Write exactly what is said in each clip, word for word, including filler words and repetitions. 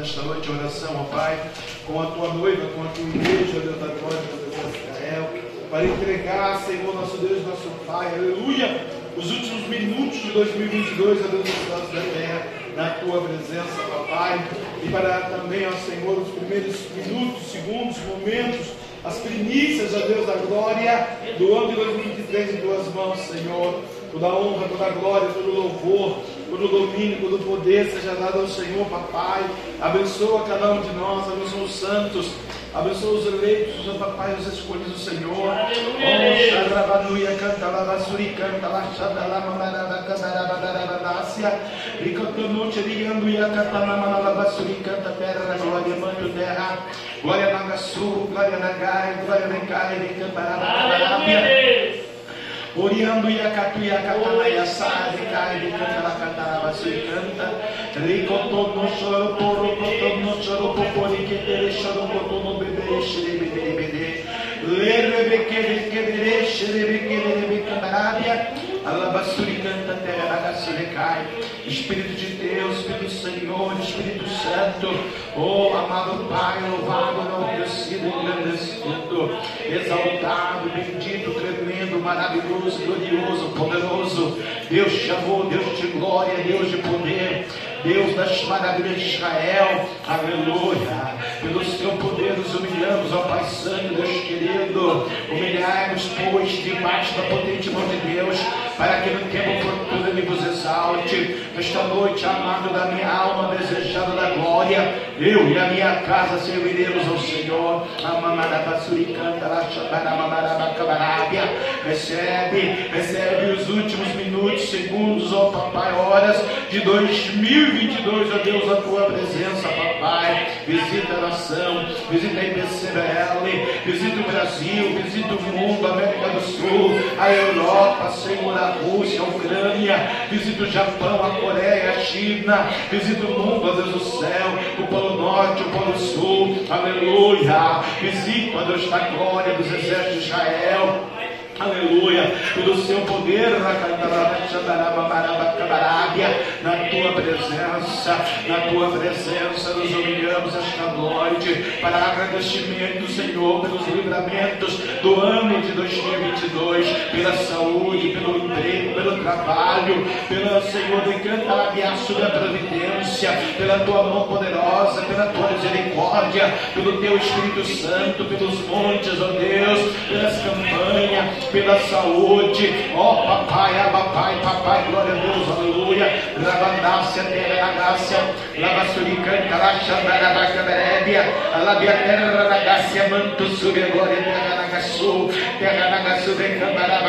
nesta noite em oração, ó Pai, com a tua noiva, com a tua igreja, Deus da glória, Deus de Israel, para entregar, Senhor, nosso Deus, nosso Pai, aleluia, os últimos minutos de dois mil e vinte e dois, ó Deus dos céus da terra, na tua presença, papai, e para também, ó Senhor, os primeiros minutos, segundos, momentos, as primícias, ó Deus da glória, do ano de dois mil e vinte e três em tuas mãos, Senhor. Toda a honra, toda a glória, todo o louvor, todo o domínio, todo o poder seja dado ao Senhor, papai. Abençoa cada um de nós, abençoa os santos, abençoa os eleitos, ó papai, os escolhidos do Senhor. Oh, Xarabanuia, canta lá, Basuri, canta lá, Xadalá, Mamarada, Candarabadarácia, Ricotonote, Rianduia, canta lá, Manala, Basuri, canta terra, glória, manto, terra, glória na Gassu, glória na Gai, glória na Gai, Cantarabadarácia. Oriando e a catuia catana e a sade, cai de canta la cantaraba se canta, ricoto no choro, porro, coto no choro, popori que tere choro, coto no bebê, xerebe, bebê, lerebe que de que de xerebe que de cantarabia, alabasturi canta, terra da gasolina cai, Espírito de Deus, Espírito Senhor, Espírito Santo, oh amado Pai, louvado, enaltecido, engrandecido, exaltado, bendito, tremendo, maravilhoso, glorioso, poderoso, Deus de amor, Deus de glória, Deus de poder, Deus das maravilhas de Israel, aleluia, pelo seu poder nos humilhamos, ó Pai Santo, Deus querido, humilhai-nos, pois, debaixo da potente mão de Deus, para que no tempo oportuno Ele vos exalte. Nesta noite, amado da minha alma, desejado da glória, eu e a minha casa serviremos ao Senhor. Recebe, recebe os últimos minutos, segundos, ó papai, horas de dois mil e vinte e dois, ó Deus, a tua presença, papai. Visita a nação, visita a I B C B L, visita o Brasil, visita o mundo, a América do Sul, a Europa, Senhor, a Rússia, a Ucrânia, visita o Japão, a Coreia, a China, visita o mundo, ó Deus do céu, o Polo Norte, o Polo Sul, aleluia, visita, ó Deus da glória dos exércitos de Israel, aleluia, pelo seu poder, na tua presença, na tua presença, nos humilhamos esta noite para agradecimento, Senhor, pelos livramentos do ano de dois mil e vinte e dois, pela saúde, pelo emprego, pelo trabalho, pela, Senhor, decantarabiaço da providência, pela tua mão poderosa, pela tua misericórdia, pelo teu Espírito Santo, pelos montes, ó Deus, pelas campanhas, pela saúde, ó oh, papai, papai, papai, glória a Deus, aleluia, lavandácia, terra, graça, lavassuricanta, laxandarabacabéria, alabia terra, graça, manto, sube a glória, terra, nagaçu, terra, nagaçu, vem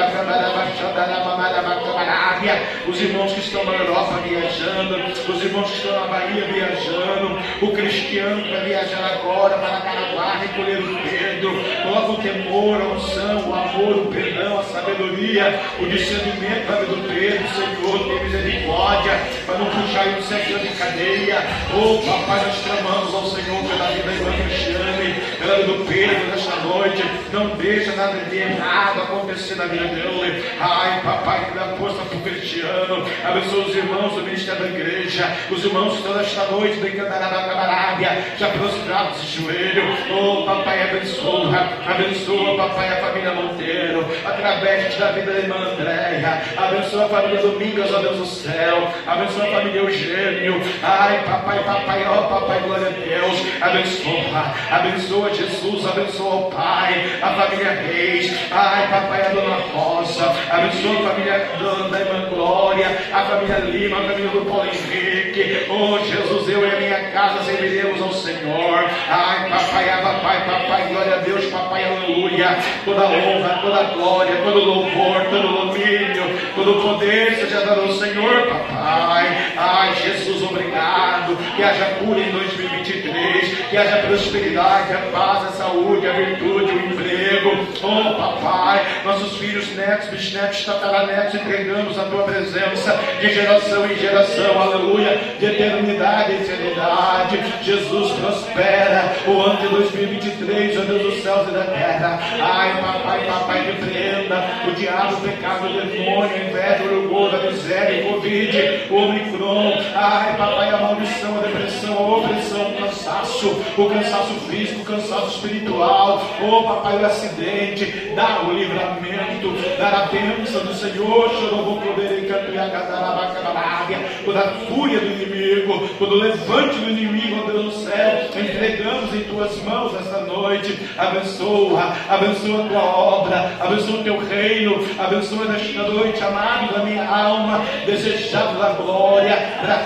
camarabacabarabaxandarabamarabacabarábia, os irmãos que estão na Europa viajando, os irmãos que estão na Bahia viajando, o cristiano que vai viajar agora para Caraguá, recolher o Pedro, coloca o temor, a unção, o amor, o perdão, a sabedoria, o discernimento para do Pedro, Senhor, tem misericórdia, para não puxar um sete anos de cadeia. Oh, papai, nós clamamos ao Senhor pela vida da irmã Cristiane, pela vida do Pedro nesta noite. Não deixa nada de errado acontecer na vida dele. Ai, papai, que dá força para o Cristiano. Abençoa os irmãos do ministério da igreja, os irmãos que estão nesta noite de Candarabacabarabiá, já prostrados de joelho. Oh, papai, abençoa, abençoa, papai, a família Monteiro, através da vida da irmã Andréia, abençoa a família Domingos, ó Deus do céu, abençoa a família Eugênio, ai papai, papai, ó papai, glória a Deus, abençoa, abençoa Jesus, abençoa o Pai, a família Reis, ai papai, a dona Rosa, abençoa a família da irmã Glória, a família Lima, a família do Paulo Henrique, oh Jesus, eu e a minha casa serviremos ao Senhor, ai papai, papai, papai, glória a Deus, papai, aleluia, toda honra, toda glória, todo louvor, todo domínio, todo poder seja dado ao Senhor, papai. Ai, Jesus, obrigado. Que haja cura em dois mil e vinte e três, que haja prosperidade, a paz, a saúde, a virtude, o emprego. Oh, papai, nossos filhos, netos, bisnetos, tataranetos, entregamos a tua presença de geração em geração, aleluia, de eternidade em eternidade. Jesus, prospera o ano de dois mil e vinte e três, ó Deus dos céus e da terra. Ai, papai, papai, repreenda o diabo, o pecado, o demônio, a inveja, o orgulho, a miséria, o Covid, o Omicron. Ai, papai, a maldição, a depressão, a opressão, o cansaço, o cansaço físico, o cansaço espiritual, oh papai, o acidente, dá o livramento, dá a bênção do Senhor, toda a fúria do inimigo, todo o levante do inimigo, ó Deus do céu, entregamos em tuas mãos esta noite. Abençoa, abençoa a tua obra, abençoa o teu reino, abençoa nesta noite, amado da minha alma, desejado da glória,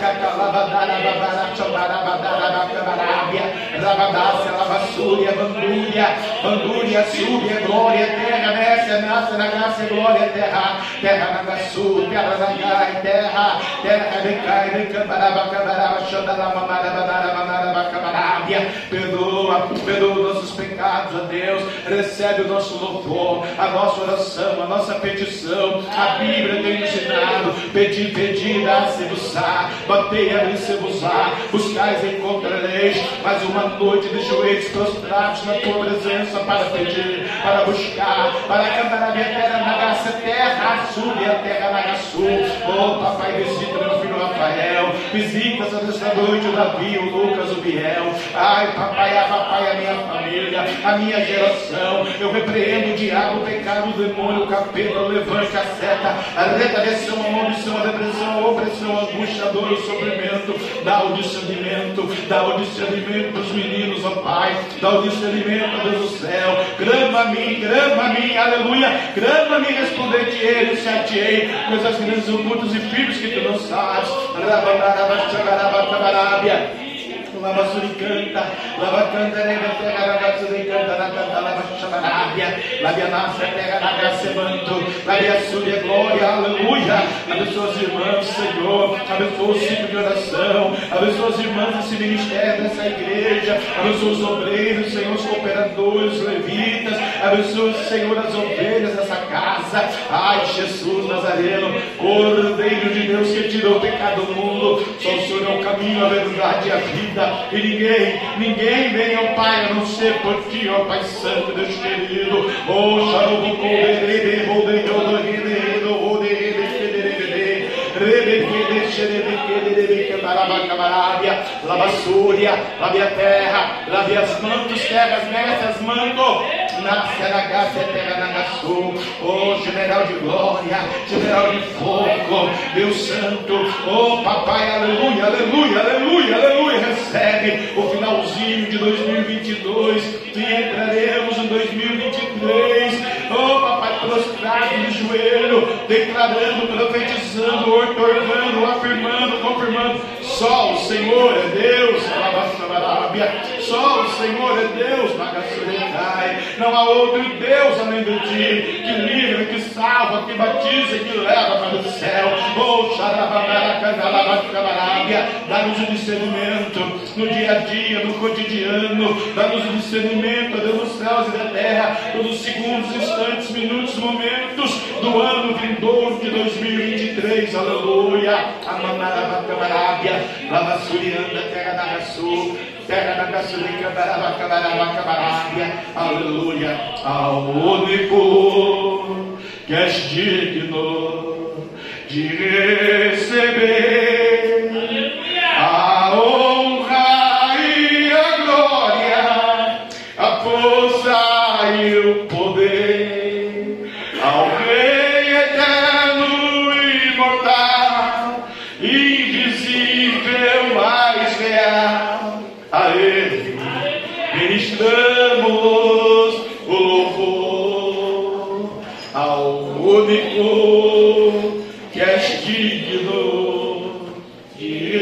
Rabasúria, Bandúria, Bandúria, Súria, glória, terra, nessa, nasce na graça, glória, terra, terra na sul, terra na gai, terra, terra, recai, recambaraba, cabaraba, xandarama, marabara, marabara, cabarábia, perdoa, perdoa nossos pecados, ó Deus, recebe o nosso louvor, a nossa oração, a nossa petição, a Bíblia tem ensinado, pedi, pedi, dá-se-vos-á, batei, abri-se-vos-á, buscais, encontrareis, mais uma noite de joelhos prostrados na tua presença para pedir, para buscar, para cantar a minha terra na graça, terra sul e a terra na sul. Oh papai, visita meu filho Rafael, visita esta noite o Davi, o Lucas, o Biel, ai papai, a papai, a minha família, a minha geração, eu repreendo o diabo, o pecado, o demônio, o capeta, o levante, a seta, a retaliação, a maldição, a depressão, a opressão, a angústia, a dor, o sofrimento, dá o discernimento, dá o discernimento para os meninos, ó Pai, dá o discernimento, ó Deus do céu, grama a mim, grama a mim, aleluia, grama a mim, responder-te-ei, te-ei, coisas grandes, ocultas e firmes que tu não sabes, Lava suricanta, lava canta, nega, terra, lava suricanta, na canta, lava chabarábia, lava nasce, terra, lava semanto, lava súria, glória, aleluia. Abençoa as irmãs, Senhor, abençoa o ciclo de oração, abençoa as irmãs desse ministério, dessa igreja, abençoa os obreiros, Senhor, os cooperadores, os levitas, abençoa, Senhor, as ovelhas dessa casa. Ai, Jesus Nazareno, Cordeiro de Deus que tirou o pecado do mundo, só o Senhor é o caminho, a verdade e a vida. E ninguém, ninguém vem ao Pai a não ser por ti, ó Pai Santo, Deus querido. Oh, xarobo, corderebe, rodeio, rodeio, rodeio, lava súria, lave a terra, lave as mantos, terras nessas manto, nasce na graça, terra na gaçu. Oh, general de glória, general de fogo, Deus Santo, oh papai, aleluia, aleluia, aleluia, aleluia, recebe o finalzinho de dois mil e vinte e dois e entraremos em dois mil e vinte e três, oh papai, prostrado de joelho, declarando, profetizando, otorgando, afirmando, confirmando, só o Senhor é Deus, só o Senhor é Deus, não há outro Deus além de ti, que livra, que salva, que batiza, que leva para o céu. Oh, dá-nos o discernimento no dia a dia, no cotidiano, dá-nos o discernimento, Deus dos céus e da terra, todos os segundos, instantes, minutos, momentos do ano vindouro de dois mil e vinte e três, aleluia. Amanarabacabarábia, lavassurianda, terra da Sul, terra da Gaçurica, Barabacabarabacabarábia, aleluia, ao único que és digno de receber a honra e a glória, a força e o poder, ao Rei eterno e imortal, invisível, mais real, a Ele ministramos o louvor, ao único que és digno de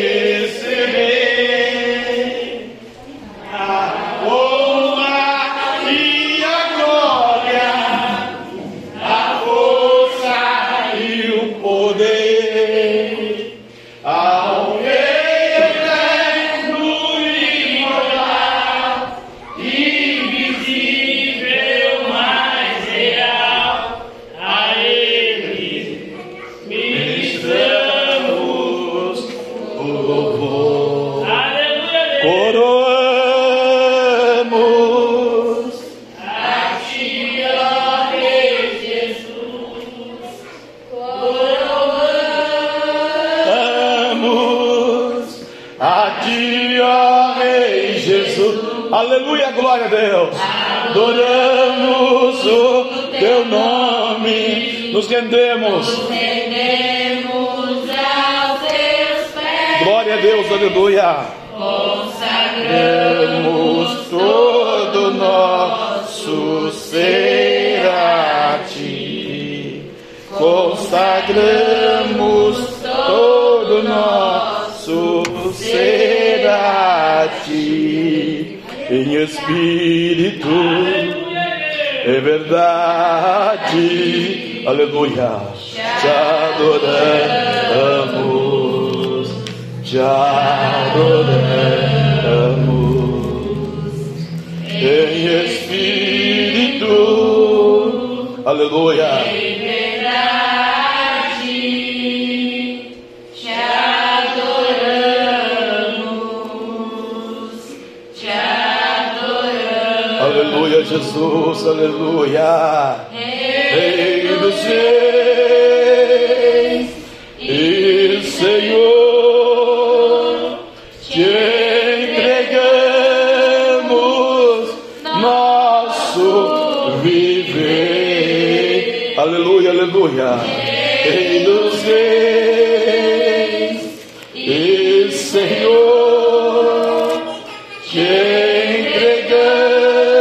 receber a honra e a glória, a força e o poder, ao Rei eterno e imortal, invisível, mais real, a Ele ministramos o louvor. Aleluia. Coroamos a ti, ó Rei Jesus. Coroamos a ti, ó Rei Aleluia, glória a Deus. Adoramos o teu nome. Nos rendemos. Nos rendemos aos teus pés. Glória a Deus, aleluia. Consagramos todo nosso ser a ti. Consagramos todo nosso ser a ti. Em espírito, é verdade, aleluia. Te adoramos, te adoramos. Em espírito, aleluia. Aleluia, Jesus, aleluia. Rei dos reis e Senhor, te entregamos nosso viver. Aleluia, aleluia. Rei dos reis e Senhor, te entregamos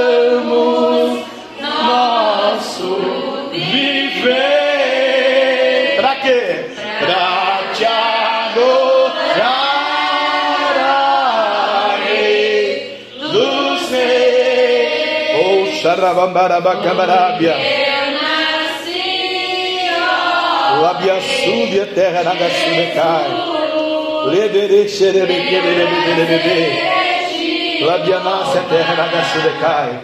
viver. Pra quê? Pra te adorar, Rei dos reis. Oh, xarabambarabacabarábia. Labiaçúbia, terra nagaçubecai. Ledere xerebequerebeberebebe. Labianácia, terra nagaçubecai.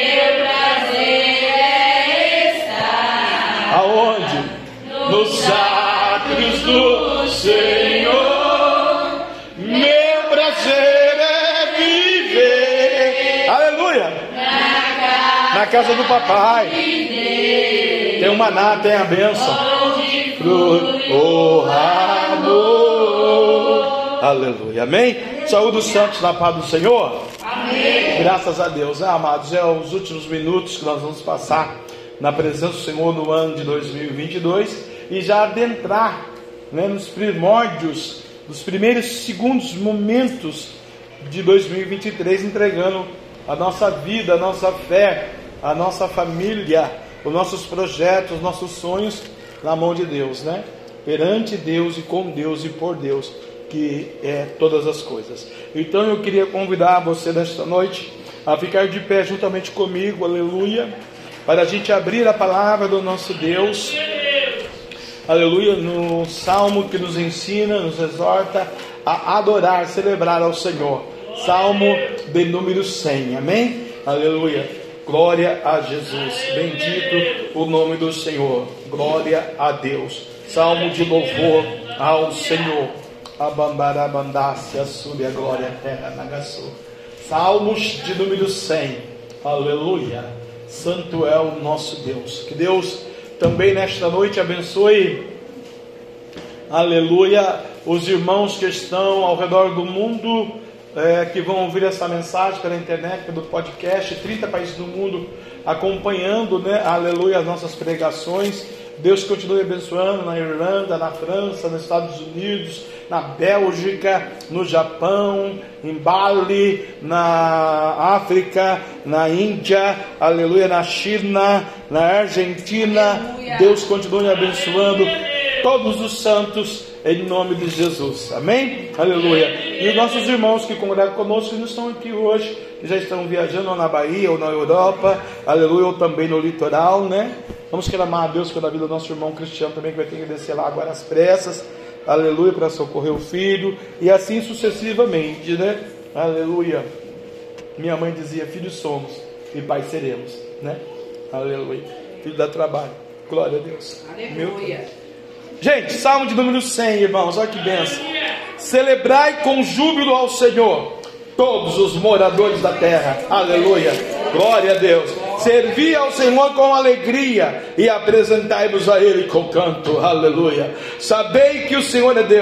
Aonde? Nos átrios do Senhor, meu prazer é viver. Aleluia! Na casa do papai tem o maná, tem a bênção. Oh, amor. Aleluia, amém? Saúde os santos na paz do Senhor. Amém. Graças a Deus, né, amados? É os últimos minutos que nós vamos passar na presença do Senhor no ano de dois mil e vinte e dois e já adentrar, né, nos primórdios, nos primeiros segundos momentos de dois mil e vinte e três, entregando a nossa vida, a nossa fé, a nossa família, os nossos projetos, os nossos sonhos na mão de Deus, né? Perante Deus e com Deus e por Deus, que é todas as coisas. Então eu queria convidar você nesta noite a ficar de pé juntamente comigo, aleluia, para a gente abrir a palavra do nosso Deus, aleluia, no salmo que nos ensina, nos exorta a adorar, celebrar ao Senhor. Salmo de número cem, amém? Aleluia, glória a Jesus, bendito o nome do Senhor, glória a Deus. Salmo de louvor ao Senhor. Abambarabandácia, sube a glória, terra nagaçu. Salmos de número cem, aleluia. Santo é o nosso Deus. Que Deus também nesta noite abençoe, aleluia, os irmãos que estão ao redor do mundo, é, que vão ouvir essa mensagem pela internet, pelo podcast, trinta países do mundo acompanhando, né, aleluia, as nossas pregações. Deus continue abençoando na Irlanda, na França, nos Estados Unidos, na Bélgica, no Japão, em Bali, na África, na Índia, aleluia, na China, na Argentina. Aleluia. Deus continue abençoando todos os santos em nome de Jesus, amém? Aleluia. E os nossos irmãos que congregam conosco, que não estão aqui hoje, que já estão viajando ou na Bahia ou na Europa, aleluia, ou também no litoral, né? Vamos clamar a Deus pela vida do nosso irmão Cristiano também, que vai ter que descer lá agora às pressas, aleluia, para socorrer o filho, e assim sucessivamente, né? Aleluia. Minha mãe dizia: filhos somos e pais seremos, né? Aleluia. Filho dá trabalho, glória a Deus. Aleluia. Meu... Gente, salmo de número cem, irmãos, olha que bênção. Celebrai com júbilo ao Senhor, todos os moradores da terra, aleluia, glória a Deus. Servi ao Senhor com alegria e apresentai-vos a Ele com canto, aleluia. Sabei que o Senhor é Deus,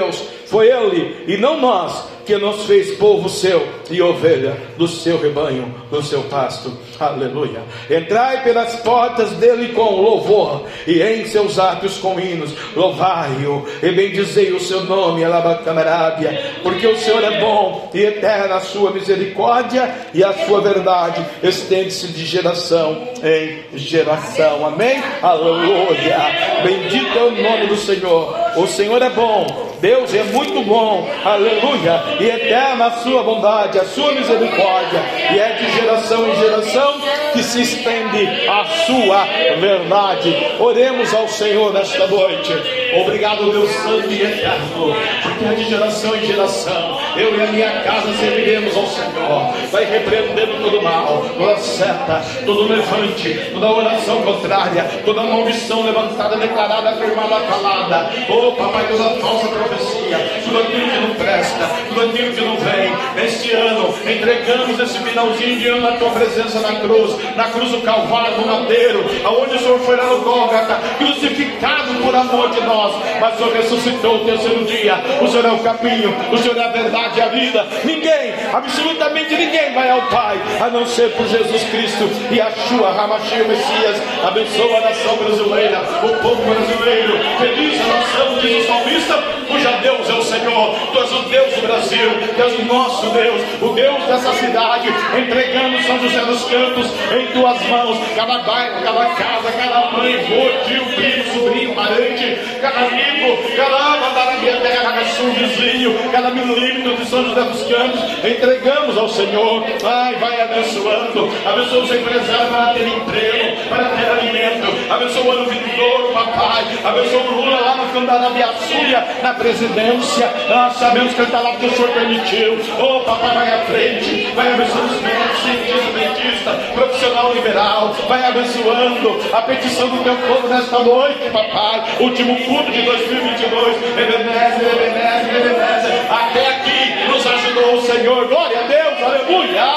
Foi Ele e não nós que nos fez povo seu e ovelha do seu rebanho, do seu pasto. Aleluia. Entrai pelas portas dele com louvor, e em seus átrios com hinos. Louvai-o e bendizei o seu nome, Alabacamarabia, porque o Senhor é bom e eterna a sua misericórdia, e a sua verdade estende-se de geração em geração. Amém? Aleluia. Bendito é o nome do Senhor. O Senhor é bom, Deus é muito bom, aleluia, e eterna a sua bondade, a sua misericórdia, e é de geração em geração que se estende a sua verdade. Oremos ao Senhor nesta noite. Obrigado, Deus Santo e Eterno, porque é de geração em geração eu e a minha casa serviremos ao Senhor. Vai repreendendo todo mal, toda seta, todo levante, toda oração contrária, toda maldição levantada, declarada, afirmada, calada. Oh, papai, toda falsa profecia, tudo aquilo que não presta, tudo aquilo que não vem. Neste ano, entregamos esse finalzinho de ano na tua presença na cruz, na cruz do Calvário, no madeiro, aonde o Senhor foi lá no Gólgota, crucificado por amor de nós, mas o Senhor ressuscitou o terceiro dia. O Senhor é o caminho, o Senhor é a verdade e a vida. Ninguém, absolutamente ninguém vai ao Pai a não ser por Jesus Cristo e Yeshua HaMashiach, o Messias. Abençoa a nação brasileira, o povo brasileiro. Feliz a nação, diz o salmista, cuja Deus é o Senhor. Tu és o Deus do Brasil, tu és o nosso Deus, o Deus dessa cidade. Entregamos São José dos Campos em tuas mãos, cada bairro, cada casa, cada mãe, vô, tio, primo, sobrinho, parente, cada amigo, cada mandarabia, cada sul, vizinho, cada milímetro de São José dos Campos, entregamos ao Senhor. Ai, vai abençoando, abençoa os empresários para ter emprego, para ter alimento, abençoa o ano vindouro, papai, abençoa o Lula lá no Candarabiaçúria, na presidência. Nós sabemos que ele está lá porque o Senhor permitiu. Oh, papai, vai à frente, vai abençoando os médicos, cientistas, dentistas, profissional liberal, vai abençoando a petição do teu povo nesta noite, papai. Último culto de dois mil e vinte e dois, Ebenezer, Ebenezer, Ebenezer, até aqui nos ajudou o Senhor. Glória a Deus, aleluia.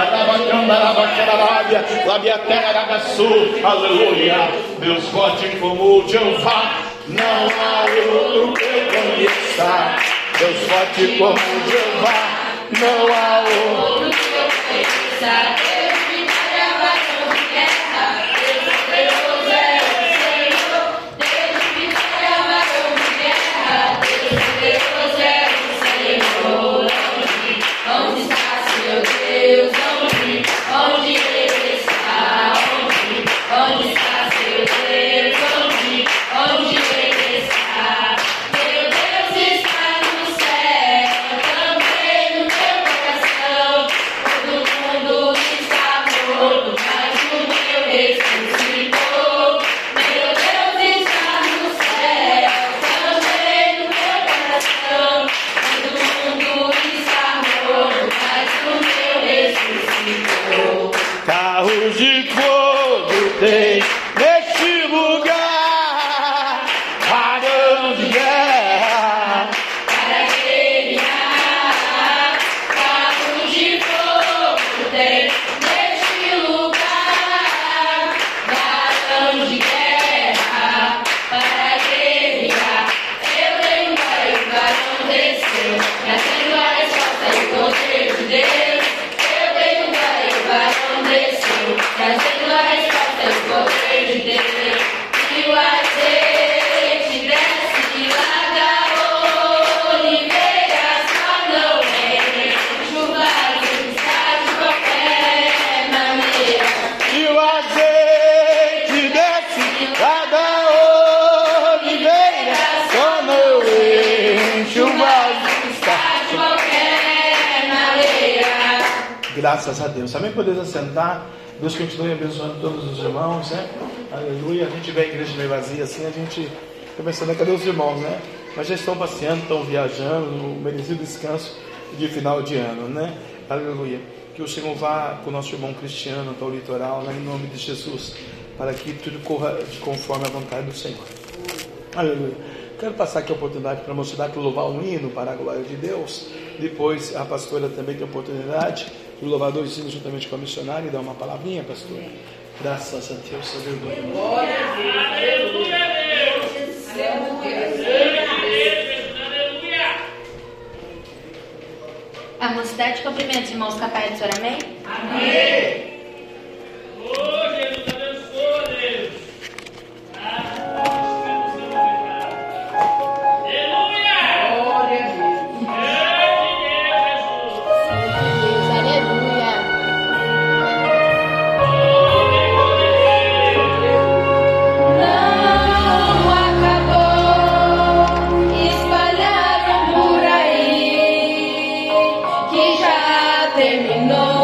Aleluia. Deus forte como o Jeová, não há outro que eu conheça. Deus forte como o Jeová, não há outro que eu conheça. Deus vitória, varão de guerra, Deus poderoso é o Senhor. Deus vitória, varão de guerra, Deus poderoso é o Senhor. Onde, onde está seu Deus? Onde, onde ele está? Onde, onde está seu Deus? Onde, onde ele está? Meu Deus está no céu, também no meu coração. Todo mundo está morto, mas o meu ressuscitou. Meu Deus está no céu, também no meu coração. Todo mundo está morto, mas o meu ressuscitou. Carros de fogo tem neste lugar, varão de guerra para guerrear. Carros de fogo tem neste lugar, varão de guerra para guerrear. Eu tenho pai, o varão desceu, trazendo a resposta e o poder de Deus. Eu tenho pai, o varão desceu, trazendo a resposta e o poder de Deus. E o azeite desce lá da oliveira, só não vem chuva está de qualquer maneira. E o azeite desce lá da oliveira, só não vem chuva está de qualquer maneira. Graças a Deus. Também podemos assentar. Deus continue abençoando todos os irmãos, né? Aleluia. A gente vê a igreja meio vazia assim, a gente fica pensando, cadê os irmãos, né? Mas já estão passeando, estão viajando, no merecido descanso de final de ano, né? Aleluia. Que o Senhor vá com o nosso irmão Cristiano para o litoral, né? Em nome de Jesus, para que tudo corra de conforme a vontade do Senhor. Aleluia. Quero passar aqui a oportunidade para a mocidade louvar um hino para a glória de Deus. Depois a pastora também tem a oportunidade de louvar dois hinos juntamente com a missionária e dar uma palavrinha, pastora. Graças a Deus, aleluia. Glória a Deus, aleluia a Deus, aleluia a Deus, aleluia. A mocidade cumprimenta os irmãos capazes de dizer amém? Amém. Oh, Jesus abençoe, Deus. Ah, aleluia. Glória a Deus. Jesus. Aleluia. Não acabou, espalharam por aí que já terminou.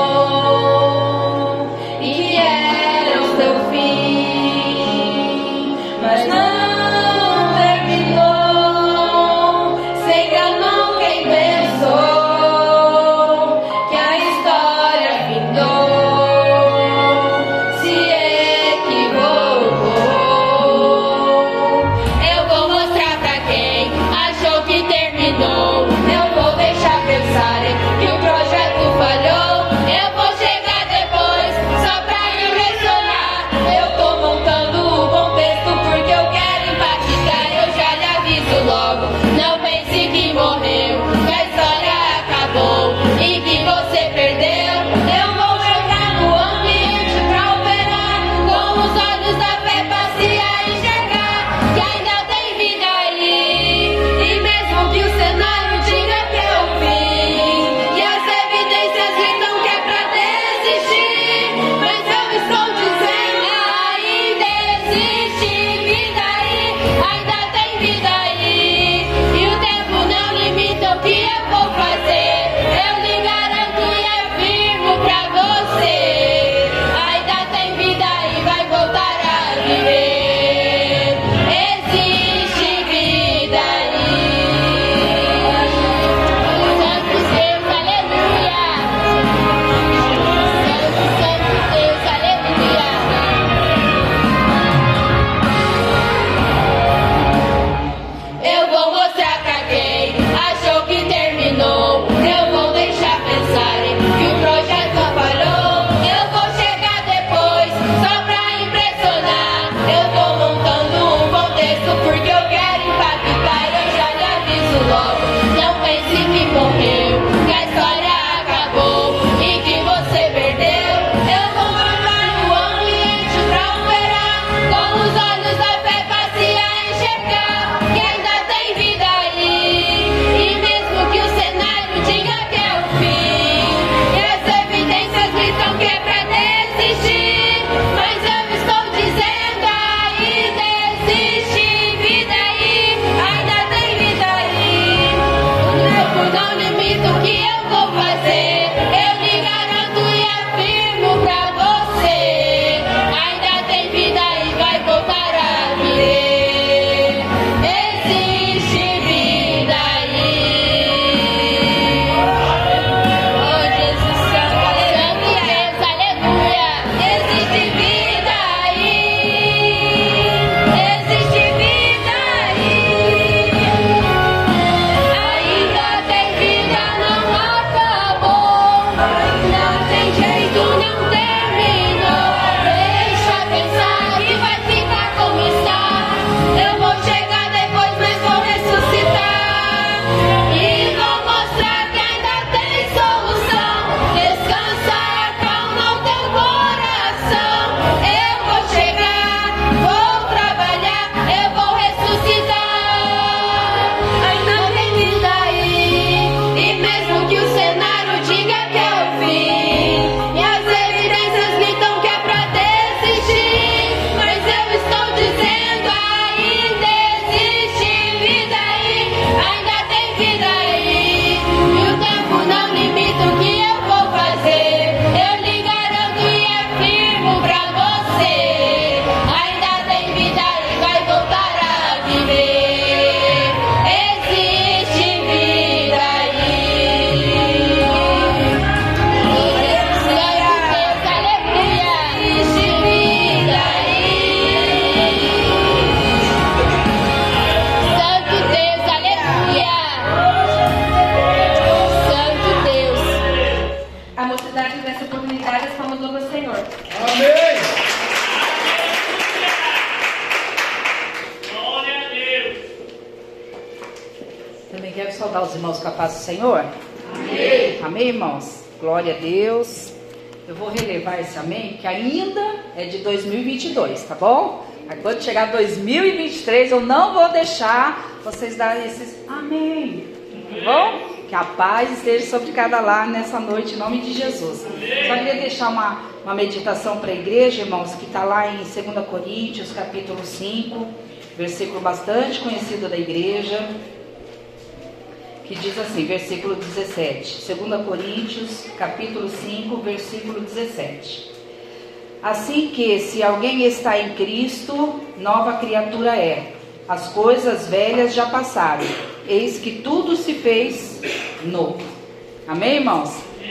Também quero saudar os irmãos capazes do Senhor. Amém. Amém, irmãos? Glória a Deus. Eu vou relevar esse amém, que ainda é de dois mil e vinte e dois, tá bom? Aí quando chegar dois mil e vinte e três, eu não vou deixar vocês darem esses amém, tá bom? Que a paz esteja sobre cada lar nessa noite, em nome de Jesus. Só queria deixar uma, uma meditação para a igreja, irmãos, que está lá em segunda Coríntios, capítulo cinco, versículo bastante conhecido da igreja, que diz assim, versículo dezessete. segunda Coríntios, capítulo cinco, versículo dezessete. Assim que, se alguém está em Cristo, nova criatura é. As coisas velhas já passaram. Eis que tudo se fez novo. Amém, irmãos?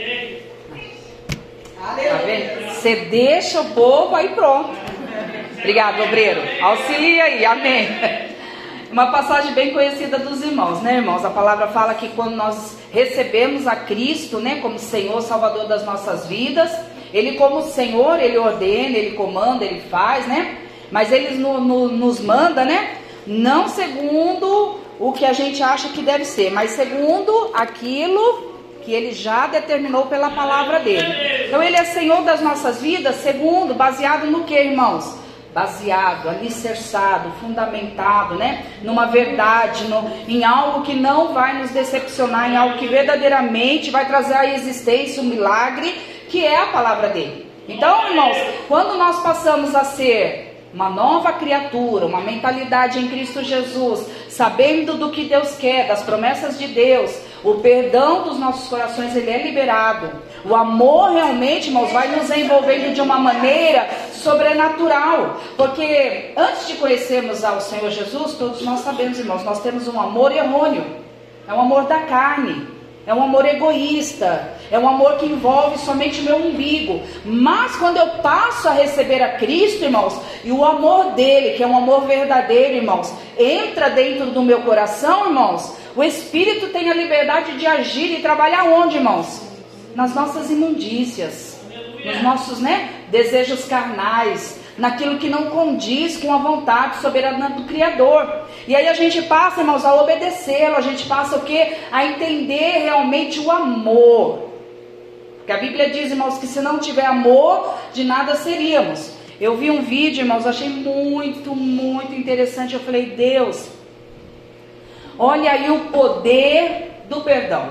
Tá vendo? Você deixa o povo, aí pronto. Obrigado, obreiro. Auxilia aí, amém. Uma passagem bem conhecida dos irmãos, né, irmãos? A palavra fala que quando nós recebemos a Cristo, né, como Senhor, Salvador das nossas vidas, Ele como Senhor, Ele ordena, Ele comanda, Ele faz, né? Mas Ele no, no, nos manda, né? Não segundo o que a gente acha que deve ser, mas segundo aquilo que Ele já determinou pela palavra dEle. Então Ele é Senhor das nossas vidas, segundo, baseado no que, irmãos? Baseado, alicerçado, fundamentado, né? Numa verdade, no, em algo que não vai nos decepcionar, em algo que verdadeiramente vai trazer à existência um milagre, que é a palavra dele. Então, irmãos, quando nós passamos a ser uma nova criatura, uma mentalidade em Cristo Jesus, sabendo do que Deus quer, das promessas de Deus, o perdão dos nossos corações, ele é liberado. O amor realmente, irmãos, vai nos envolvendo de uma maneira sobrenatural. Porque antes de conhecermos ao Senhor Jesus, todos nós sabemos, irmãos, nós temos um amor errôneo. É um amor da carne. É um amor egoísta, é um amor que envolve somente o meu umbigo. Mas quando eu passo a receber a Cristo, irmãos, e o amor dele, que é um amor verdadeiro, irmãos, entra dentro do meu coração, irmãos, o Espírito tem a liberdade de agir e trabalhar onde, irmãos? Nas nossas imundícias, nos nossos, né, desejos carnais, naquilo que não condiz com a vontade soberana do Criador. E aí a gente passa, irmãos, a obedecê-lo, a gente passa o quê? A entender realmente o amor. Porque a Bíblia diz, irmãos, que se não tiver amor, de nada seríamos. Eu vi um vídeo, irmãos, achei muito, muito interessante. Eu falei, Deus, olha aí o poder do perdão.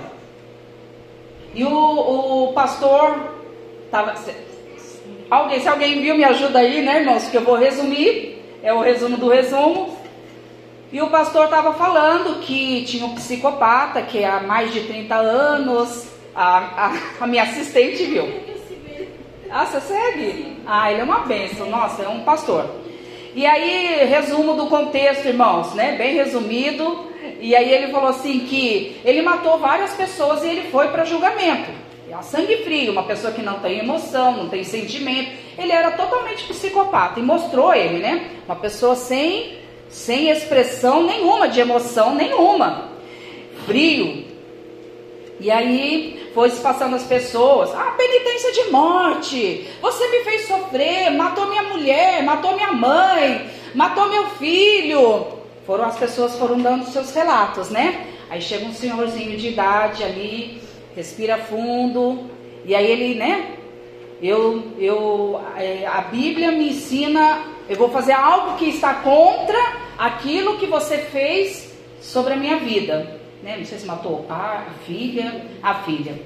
E o, o pastor estava... Alguém, se alguém viu, me ajuda aí, né, irmãos? Porque eu vou resumir, é o resumo do resumo. E o pastor estava falando que tinha um psicopata, que há mais de trinta anos, a, a, a minha assistente viu. Ah, você segue? Ah, ele é uma bênção, nossa, é um pastor. E aí, resumo do contexto, irmãos, né, bem resumido. E aí ele falou assim que ele matou várias pessoas e ele foi para julgamento. A sangue frio, uma pessoa que não tem emoção, não tem sentimento. Ele era totalmente psicopata e mostrou ele, né? Uma pessoa sem, sem expressão nenhuma, de emoção nenhuma. Frio. E aí foi se passando as pessoas. Ah, penitência de morte. Você me fez sofrer, matou minha mulher, matou minha mãe, matou meu filho. Foram as pessoas foram dando seus relatos, né? Aí chega um senhorzinho de idade ali, respira fundo, e aí ele, né, eu, eu, a Bíblia me ensina, eu vou fazer algo que está contra aquilo que você fez sobre a minha vida, né, não sei se matou o pai, a filha, a filha.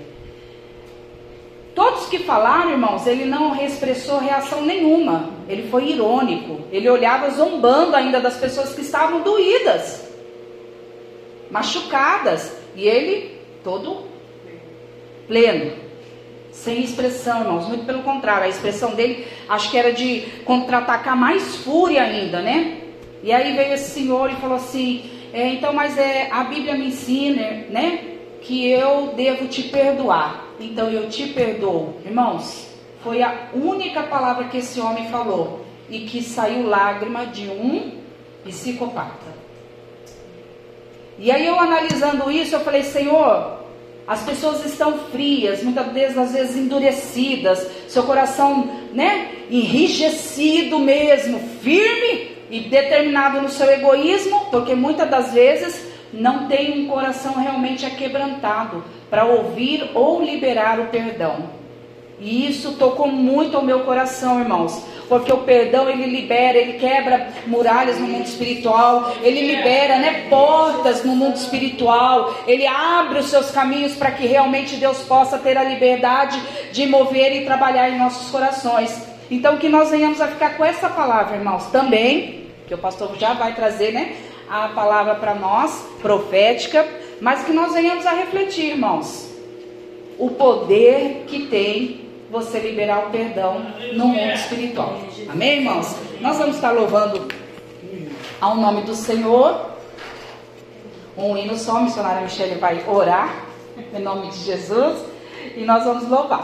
Todos que falaram, irmãos, ele não expressou reação nenhuma, ele foi irônico, ele olhava zombando ainda das pessoas que estavam doídas, machucadas, e ele todo pleno, sem expressão, irmãos, muito pelo contrário, a expressão dele, acho que era de contra-atacar mais fúria ainda, né? E aí veio esse senhor e falou assim, é, então, mas é, a Bíblia me ensina, né, que eu devo te perdoar, então eu te perdoo. Irmãos, foi a única palavra que esse homem falou, e que saiu lágrima de um psicopata. E aí eu analisando isso, eu falei, Senhor, as pessoas estão frias, muitas vezes, às vezes endurecidas, seu coração, né, enrijecido mesmo, firme e determinado no seu egoísmo, porque muitas das vezes não tem um coração realmente aquebrantado para ouvir ou liberar o perdão. E isso tocou muito ao meu coração, irmãos, porque o perdão, ele libera, ele quebra muralhas no mundo espiritual, ele libera, né, portas no mundo espiritual, ele abre os seus caminhos para que realmente Deus possa ter a liberdade de mover e trabalhar em nossos corações. Então que nós venhamos a ficar com essa palavra, irmãos, também, que o pastor já vai trazer, né, a palavra para nós, profética, mas que nós venhamos a refletir, irmãos, o poder que tem você liberar o perdão no mundo espiritual. Amém, irmãos? Nós vamos estar louvando ao nome do Senhor. Um hino só, a missionária Michele vai orar em nome de Jesus e nós vamos louvar.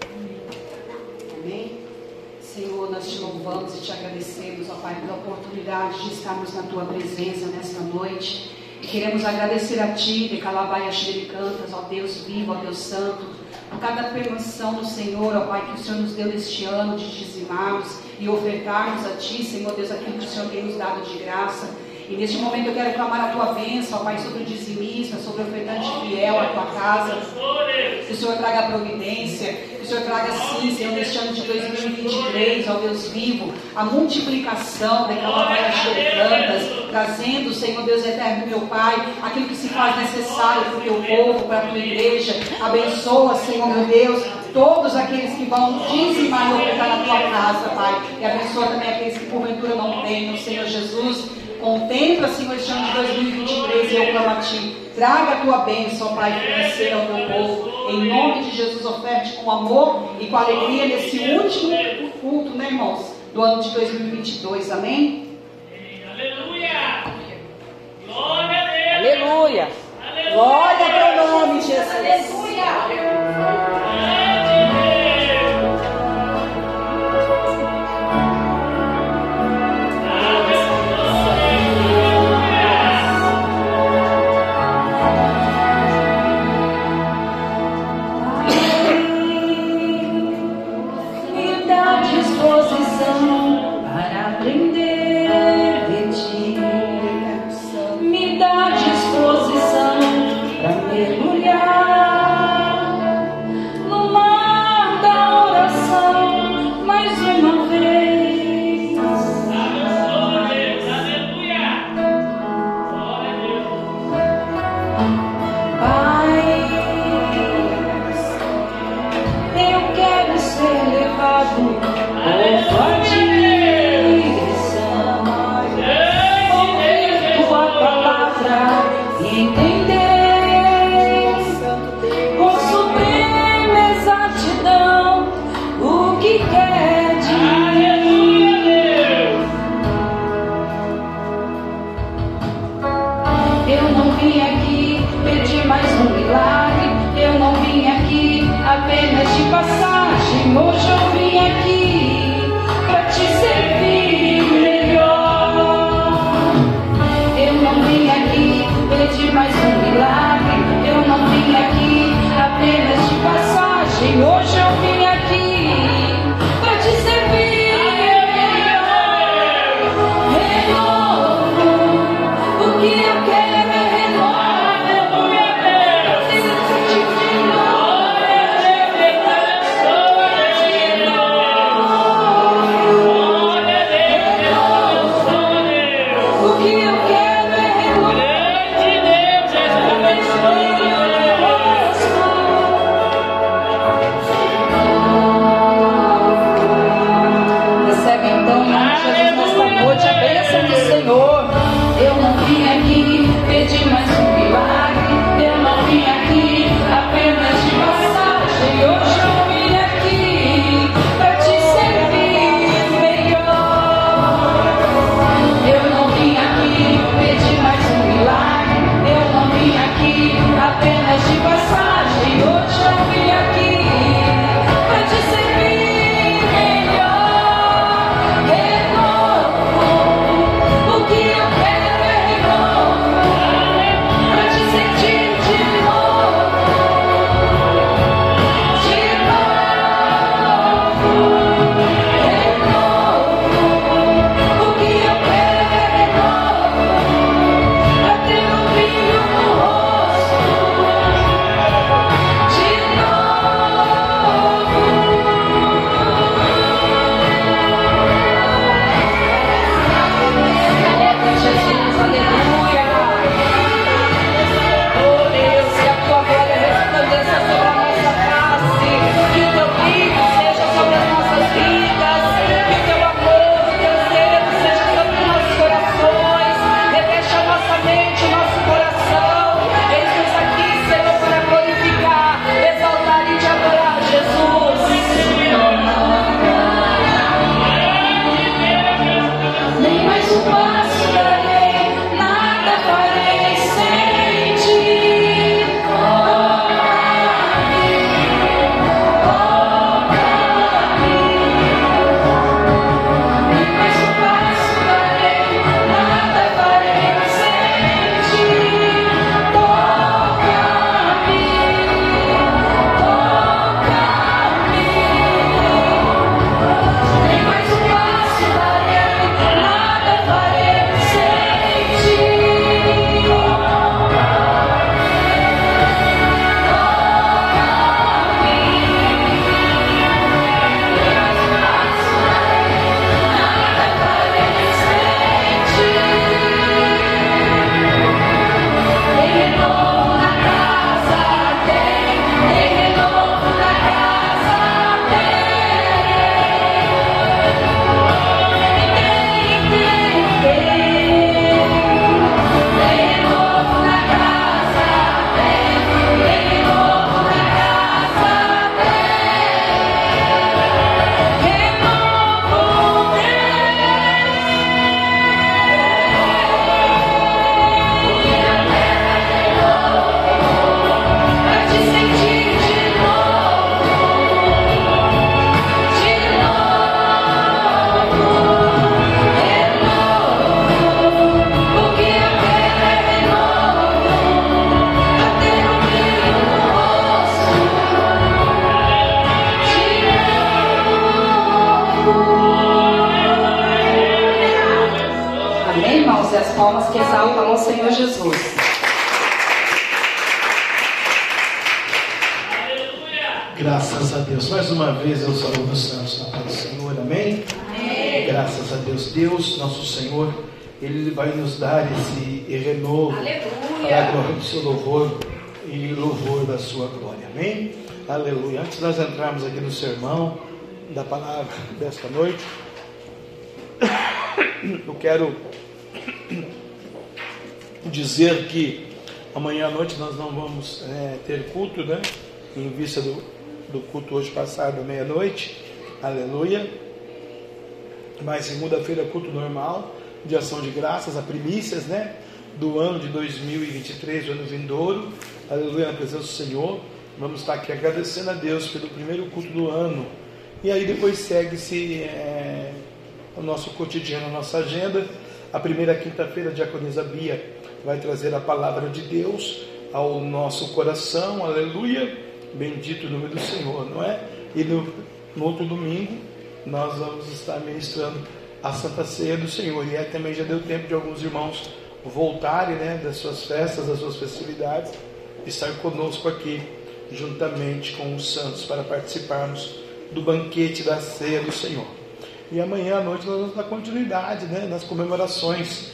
Amém? Senhor, nós te louvamos e te agradecemos, ó Pai, pela oportunidade de estarmos na tua presença nesta noite. E queremos agradecer a Ti, de Calabaia Xericantas, ó Deus vivo, ó Deus santo, por cada permissão do Senhor, ó Pai, que o Senhor nos deu neste ano de dizimarmos e ofertarmos a Ti, Senhor Deus, aquilo que o Senhor tem nos dado de graça. E neste momento eu quero clamar a Tua bênção, ó Pai, sobre o dizimista, sobre o ofertante fiel à Tua casa. Que o Senhor traga a providência, que o Senhor traga sim, Senhor, neste ano de dois mil e vinte e três, ó Deus vivo, a multiplicação daquela vaia de plantas, trazendo, Senhor Deus eterno, meu Pai, aquilo que se faz necessário para o Teu povo, para a Tua igreja. Abençoa, Senhor meu Deus, todos aqueles que vão dizimar e ofertar na Tua casa, Pai. E abençoa também aqueles que porventura não têm, Senhor Jesus. Contempla, Senhor, este ano de dois mil e vinte e três e eu clamo a Ti. Traga a Tua bênção, Pai, financeira ao Teu povo. Em nome de Jesus, oferte com amor e com alegria nesse último culto, né, irmãos? Do ano de dois mil e vinte e dois. Amém? Aleluia! Glória a Deus! Aleluia! Glória ao Teu nome, Jesus. Aleluia! Apenas de passagem, hoje eu vim aqui para te servir melhor. Eu não vim aqui pedir mais um milagre, eu não vim aqui apenas de passagem, hoje eu vim aqui para te servir melhor. Renovo, o que eu quero é renovo. Preciso de novo. as palmas que exaltam ao Senhor Jesus. Graças a Deus. Mais uma vez eu saúdo os santos na paz do Senhor. Amém? Amém? Graças a Deus. Deus, nosso Senhor, Ele vai nos dar esse renovo para a glória do seu louvor e louvor da sua glória. Amém? Aleluia. Antes de nós entrarmos aqui no sermão da palavra desta noite, eu quero dizer que amanhã à noite nós não vamos é, ter culto, né? Em vista do, do culto hoje passado, meia-noite. Aleluia. Mas segunda-feira, culto normal de ação de graças, a primícias, né? Do ano de dois mil e vinte e três, o ano vindouro. Aleluia, na presença do Senhor. Vamos estar aqui agradecendo a Deus pelo primeiro culto do ano. E aí depois segue-se é, o nosso cotidiano, a nossa agenda. A primeira quinta-feira, a diaconisa Bia vai trazer a palavra de Deus ao nosso coração. Aleluia. Bendito o nome do Senhor, não é? E no, no outro domingo nós vamos estar ministrando a Santa Ceia do Senhor. E aí também já deu tempo de alguns irmãos voltarem, né, das suas festas, das suas festividades, e estar conosco aqui, juntamente com os santos, para participarmos do banquete da Ceia do Senhor. E amanhã à noite nós vamos dar continuidade, né, nas comemorações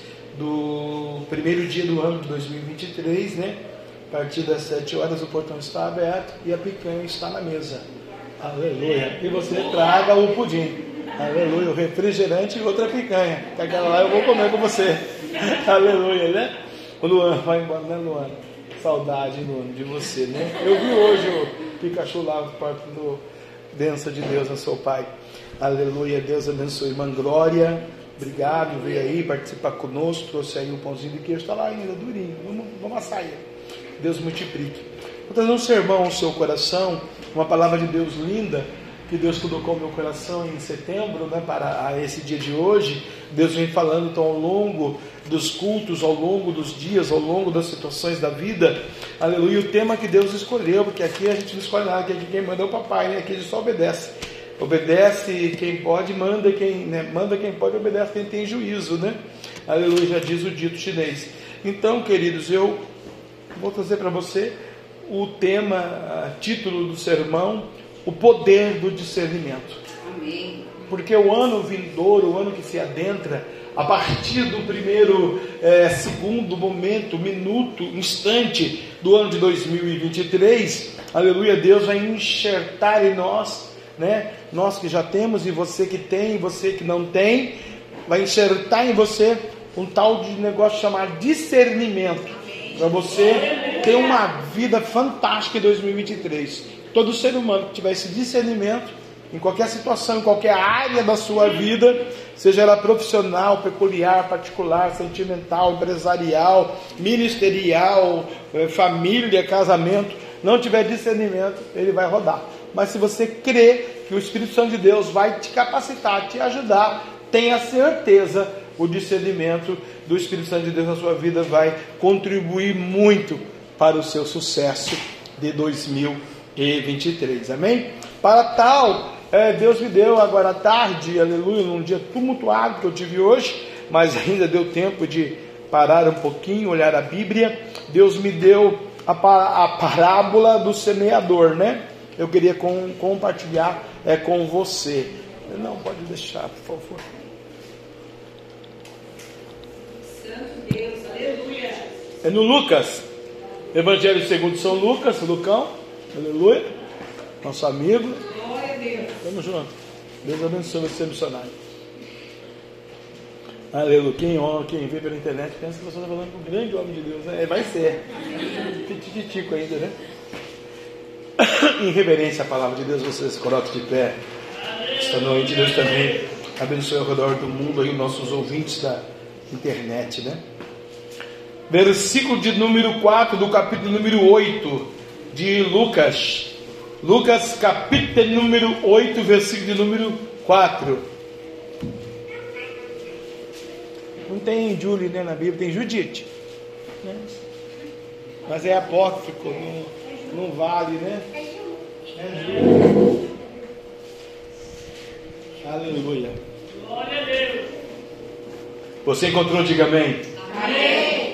do primeiro dia do ano de dois mil e vinte e três, né? A partir das sete horas o portão está aberto e a picanha está na mesa. Aleluia. E você traga o pudim. Aleluia. O refrigerante e outra picanha. Que aquela lá eu vou comer com você. Aleluia, né? O Luan vai embora, né, Luan? Saudade, Luan, de você, né? Eu vi hoje o Pikachu lá perto do bênção de Deus no seu pai. Aleluia. Deus abençoe. Irmã Glória, obrigado. Veio aí participar conosco. Trouxe aí um pãozinho de queijo. Está lá ainda, durinho. Vamos, vamos assar aí. Deus multiplique. Vou trazer um sermão ao seu coração, uma palavra de Deus linda, que Deus colocou no meu coração em setembro, né, para a esse dia de hoje. Deus vem falando então ao longo dos cultos, ao longo dos dias, ao longo das situações da vida. Aleluia, o tema que Deus escolheu, porque aqui a gente não escolhe nada, aqui quem manda é o papai, né? Aqui a gente só obedece. Obedece quem pode, manda quem, né? Manda quem pode, obedece quem tem juízo, né? Aleluia, já diz o dito chinês. Então, queridos, eu vou trazer para você o tema, título do sermão, o poder do discernimento. Amém. Porque o ano vindouro, o ano que se adentra, a partir do primeiro é, segundo momento, minuto, instante do ano de dois mil e vinte e três, aleluia, Deus vai enxertar em nós, né? Nós que já temos e você que tem, e você que não tem, vai enxertar em você um tal de negócio chamado discernimento. Para você ter uma vida fantástica em dois mil e vinte e três. Todo ser humano que tiver esse discernimento, em qualquer situação, em qualquer área da sua vida, seja ela profissional, peculiar, particular, sentimental, empresarial, ministerial, família, casamento, não tiver discernimento, ele vai rodar. Mas se você crê que o Espírito Santo de Deus vai te capacitar, te ajudar, tenha certeza, o discernimento do Espírito Santo de Deus na sua vida vai contribuir muito para o seu sucesso de dois mil e vinte e três, amém? Para tal, é, Deus me deu agora à tarde, aleluia, num dia tumultuado que eu tive hoje, mas ainda deu tempo de parar um pouquinho, olhar a Bíblia. Deus me deu a, a parábola do semeador, né? Eu queria com, compartilhar é, com você. Não, pode deixar, por favor. É no Lucas, Evangelho segundo São Lucas, Lucão, aleluia, nosso amigo. Glória a Deus. Vamos junto. Deus abençoe você, missionário. Aleluia. Quem, quem vê pela internet pensa que você está falando com um grande homem de Deus, né? Vai ser. Tititico ainda, né? Em reverência à palavra de Deus, você se coloca de pé. Esta noite, Deus também abençoe ao redor do mundo aí nossos ouvintes da internet, né? Versículo de número quatro do capítulo número oito de Lucas. Lucas capítulo número oito, versículo de número quatro. Não tem Julie, né, na Bíblia, tem Judite, né? Mas é apócrifo, não, não vale, né? É Aleluia. Glória a Deus. Você encontrou, diga amém.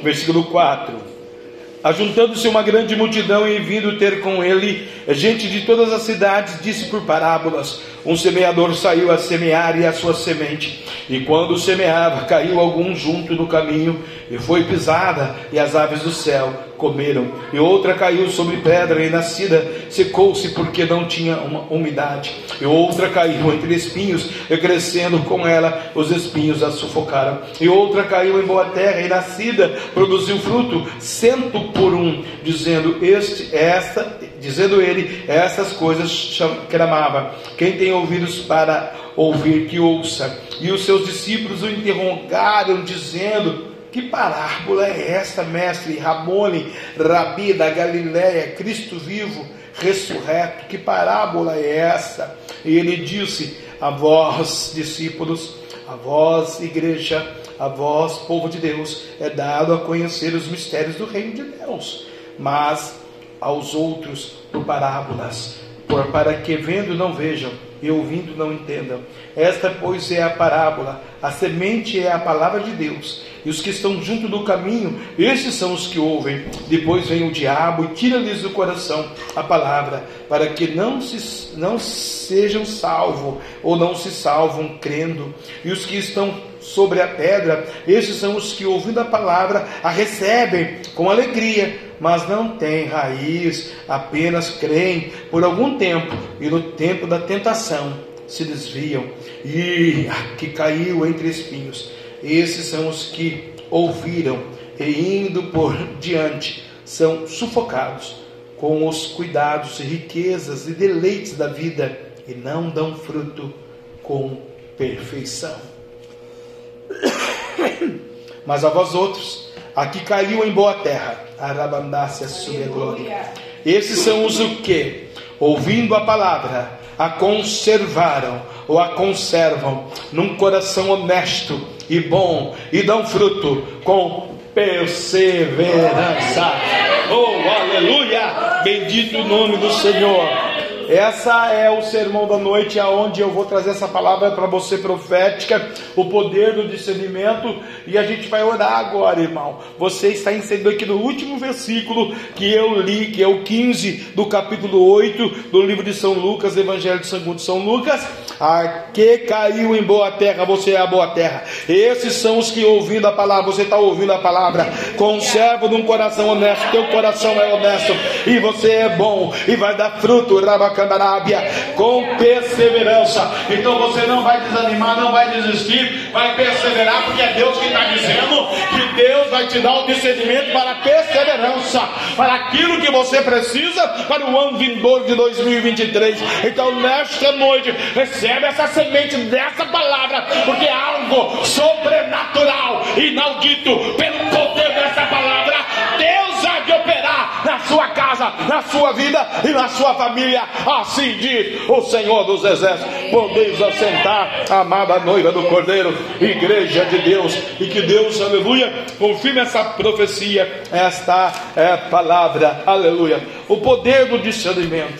Versículo quatro. Ajuntando-se uma grande multidão e vindo ter com ele gente de todas as cidades, disse por parábolas: um semeador saiu a semear e a sua semente, e quando semeava, caiu algum junto no caminho, e foi pisada, e as aves do céu comeram. E outra caiu sobre pedra, e nascida secou-se, porque não tinha uma umidade. E outra caiu entre espinhos, e crescendo com ela, os espinhos a sufocaram. E outra caiu em boa terra, e nascida produziu fruto, cento por um, dizendo este, esta, dizendo ele, essas coisas clamava: quem tem ouvidos para ouvir, que ouça. E os seus discípulos o interrogaram, dizendo: que parábola é esta, mestre? Rabone, Rabi da Galileia, Cristo vivo, ressurreto, que parábola é esta? E ele disse: a vós, discípulos, a vós, igreja, a vós, povo de Deus, é dado a conhecer os mistérios do reino de Deus, mas aos outros por parábolas, por, para que vendo não vejam, e ouvindo não entendam. Esta, pois, é a parábola. A semente é a palavra de Deus, e os que estão junto do caminho, estes são os que ouvem. Depois vem o diabo e tira-lhes do coração a palavra, para que não, se, não sejam salvos, ou não se salvam crendo. E os que estão sobre a pedra, estes são os que, ouvindo a palavra, a recebem com alegria, mas não têm raiz, apenas creem por algum tempo, e no tempo da tentação se desviam. E a que caiu entre espinhos, esses são os que ouviram, e indo por diante são sufocados com os cuidados, riquezas e deleites da vida, e não dão fruto com perfeição. Mas a vós outros, a que caiu em boa terra, arabandácia sobre a glória, esses são os o que, ouvindo a palavra, a conservaram ou a conservam num coração honesto e bom, e dão fruto com perseverança. Oh, aleluia! Bendito o nome do Senhor. Essa é o sermão da noite, aonde eu vou trazer essa palavra para você profética, o poder do discernimento, e a gente vai orar agora, irmão. Você está inserido aqui no último versículo que eu li, que é o quinze do capítulo oito do livro de São Lucas, Evangelho de Segundo São Lucas. A que caiu em boa terra, você é a boa terra. Esses são os que, ouvindo a palavra, você está ouvindo a palavra, conserva num coração honesto, teu coração é honesto, e você é bom, e vai dar fruto, rabacandarábia, com perseverança. Então você não vai desanimar, não vai desistir, vai perseverar, porque é Deus que está dizendo que Deus vai te dar o discernimento para a perseverança, para aquilo que você precisa para o ano vindouro de dois mil e vinte e três. Então nesta noite, recebe essa semente dessa palavra, porque é algo sobrenatural, inaudito, pelo poder dessa palavra. Deus há de operar na sua casa, na sua vida e na sua família. Assim diz o Senhor dos Exércitos. Podeis assentar, amada noiva do Cordeiro, igreja de Deus, e que Deus, aleluia, confirme essa profecia, esta é a palavra, aleluia. O poder do discernimento,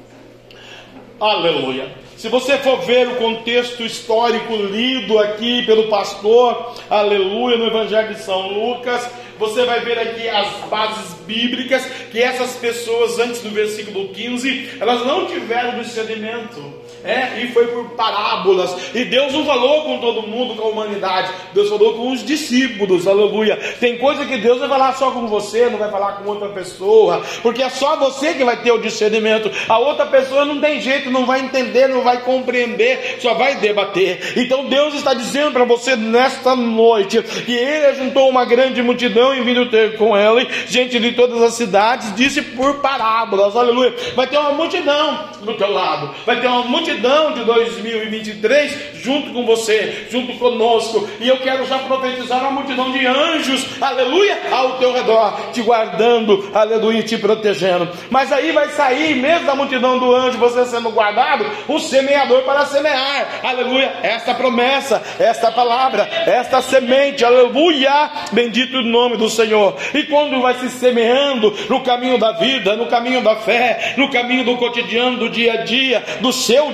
aleluia. Se você for ver o contexto histórico lido aqui pelo pastor, aleluia, no Evangelho de São Lucas, você vai ver aqui as bases bíblicas, que essas pessoas, antes do versículo quinze, elas não tiveram discernimento, é, e foi por parábolas, e Deus não falou com todo mundo, com a humanidade, Deus falou com os discípulos, aleluia. Tem coisa que Deus vai falar só com você, não vai falar com outra pessoa, porque é só você que vai ter o discernimento, a outra pessoa não tem jeito, não vai entender, não vai compreender, só vai debater. Então Deus está dizendo para você nesta noite, que Ele juntou uma grande multidão e vindo ter com Ele gente de todas as cidades, disse por parábolas, aleluia. Vai ter uma multidão do teu lado, vai ter uma multidão de dois mil e vinte e três junto com você, junto conosco, e eu quero já profetizar uma multidão de anjos, aleluia, ao teu redor, te guardando, aleluia, te protegendo. Mas aí vai sair, mesmo da multidão do anjo, você sendo guardado, um semeador para semear, aleluia, esta promessa, esta palavra, esta semente, aleluia, bendito o nome do Senhor. E quando vai se semeando no caminho da vida, no caminho da fé, no caminho do cotidiano, do dia a dia, do seu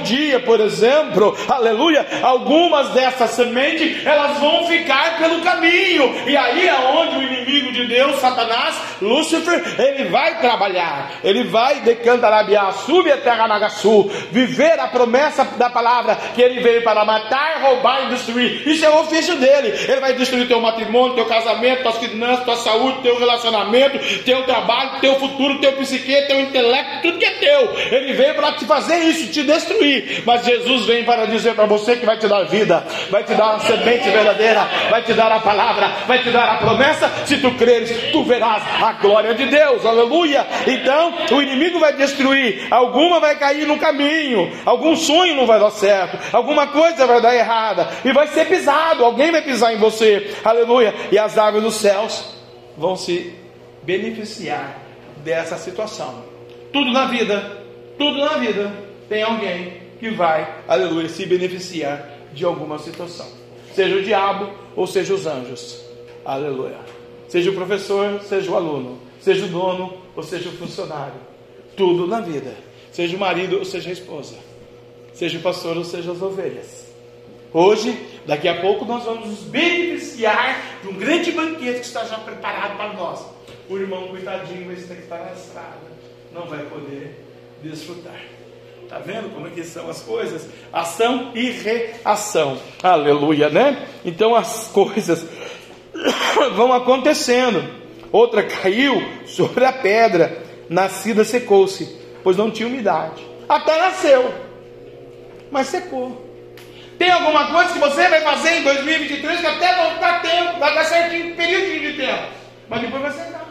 dia, por exemplo, aleluia, algumas dessas sementes, elas vão ficar pelo caminho, e aí é onde o inimigo de Deus, Satanás, Lúcifer, ele vai trabalhar, ele vai decantarabiar, subir a terra nagaçu, viver a promessa da palavra, que ele veio para matar, roubar e destruir. Isso é o ofício dele. Ele vai destruir teu matrimônio, teu casamento, tuas finanças, tua saúde, teu relacionamento, teu trabalho, teu futuro, teu psique, teu intelecto, tudo que é teu. Ele veio para te fazer isso, te destruir. Mas Jesus vem para dizer para você que vai te dar vida, vai te dar uma semente verdadeira, vai te dar a palavra, vai te dar a promessa. Se tu creres, tu verás a glória de Deus. Aleluia. Então o inimigo vai destruir, alguma vai cair no caminho, algum sonho não vai dar certo, alguma coisa vai dar errada, e vai ser pisado, alguém vai pisar em você, aleluia, e as aves dos céus vão se beneficiar dessa situação. Tudo na vida, tudo na vida tem alguém que vai, aleluia, se beneficiar de alguma situação, seja o diabo ou seja os anjos, aleluia, seja o professor, seja o aluno, seja o dono ou seja o funcionário, tudo na vida, seja o marido ou seja a esposa, seja o pastor ou seja as ovelhas. Hoje, daqui a pouco, nós vamos nos beneficiar de um grande banquete que está já preparado para nós. O irmão, coitadinho, esse que está na estrada, não vai poder desfrutar. Está vendo como é que são as coisas? Ação e reação. Aleluia, né? Então as coisas vão acontecendo. Outra caiu sobre a pedra, nascida secou-se, pois não tinha umidade. Até nasceu, mas secou. Tem alguma coisa que você vai fazer em dois mil e vinte e três que até não dá tempo, vai dar certinho, período de tempo, mas depois vai secar.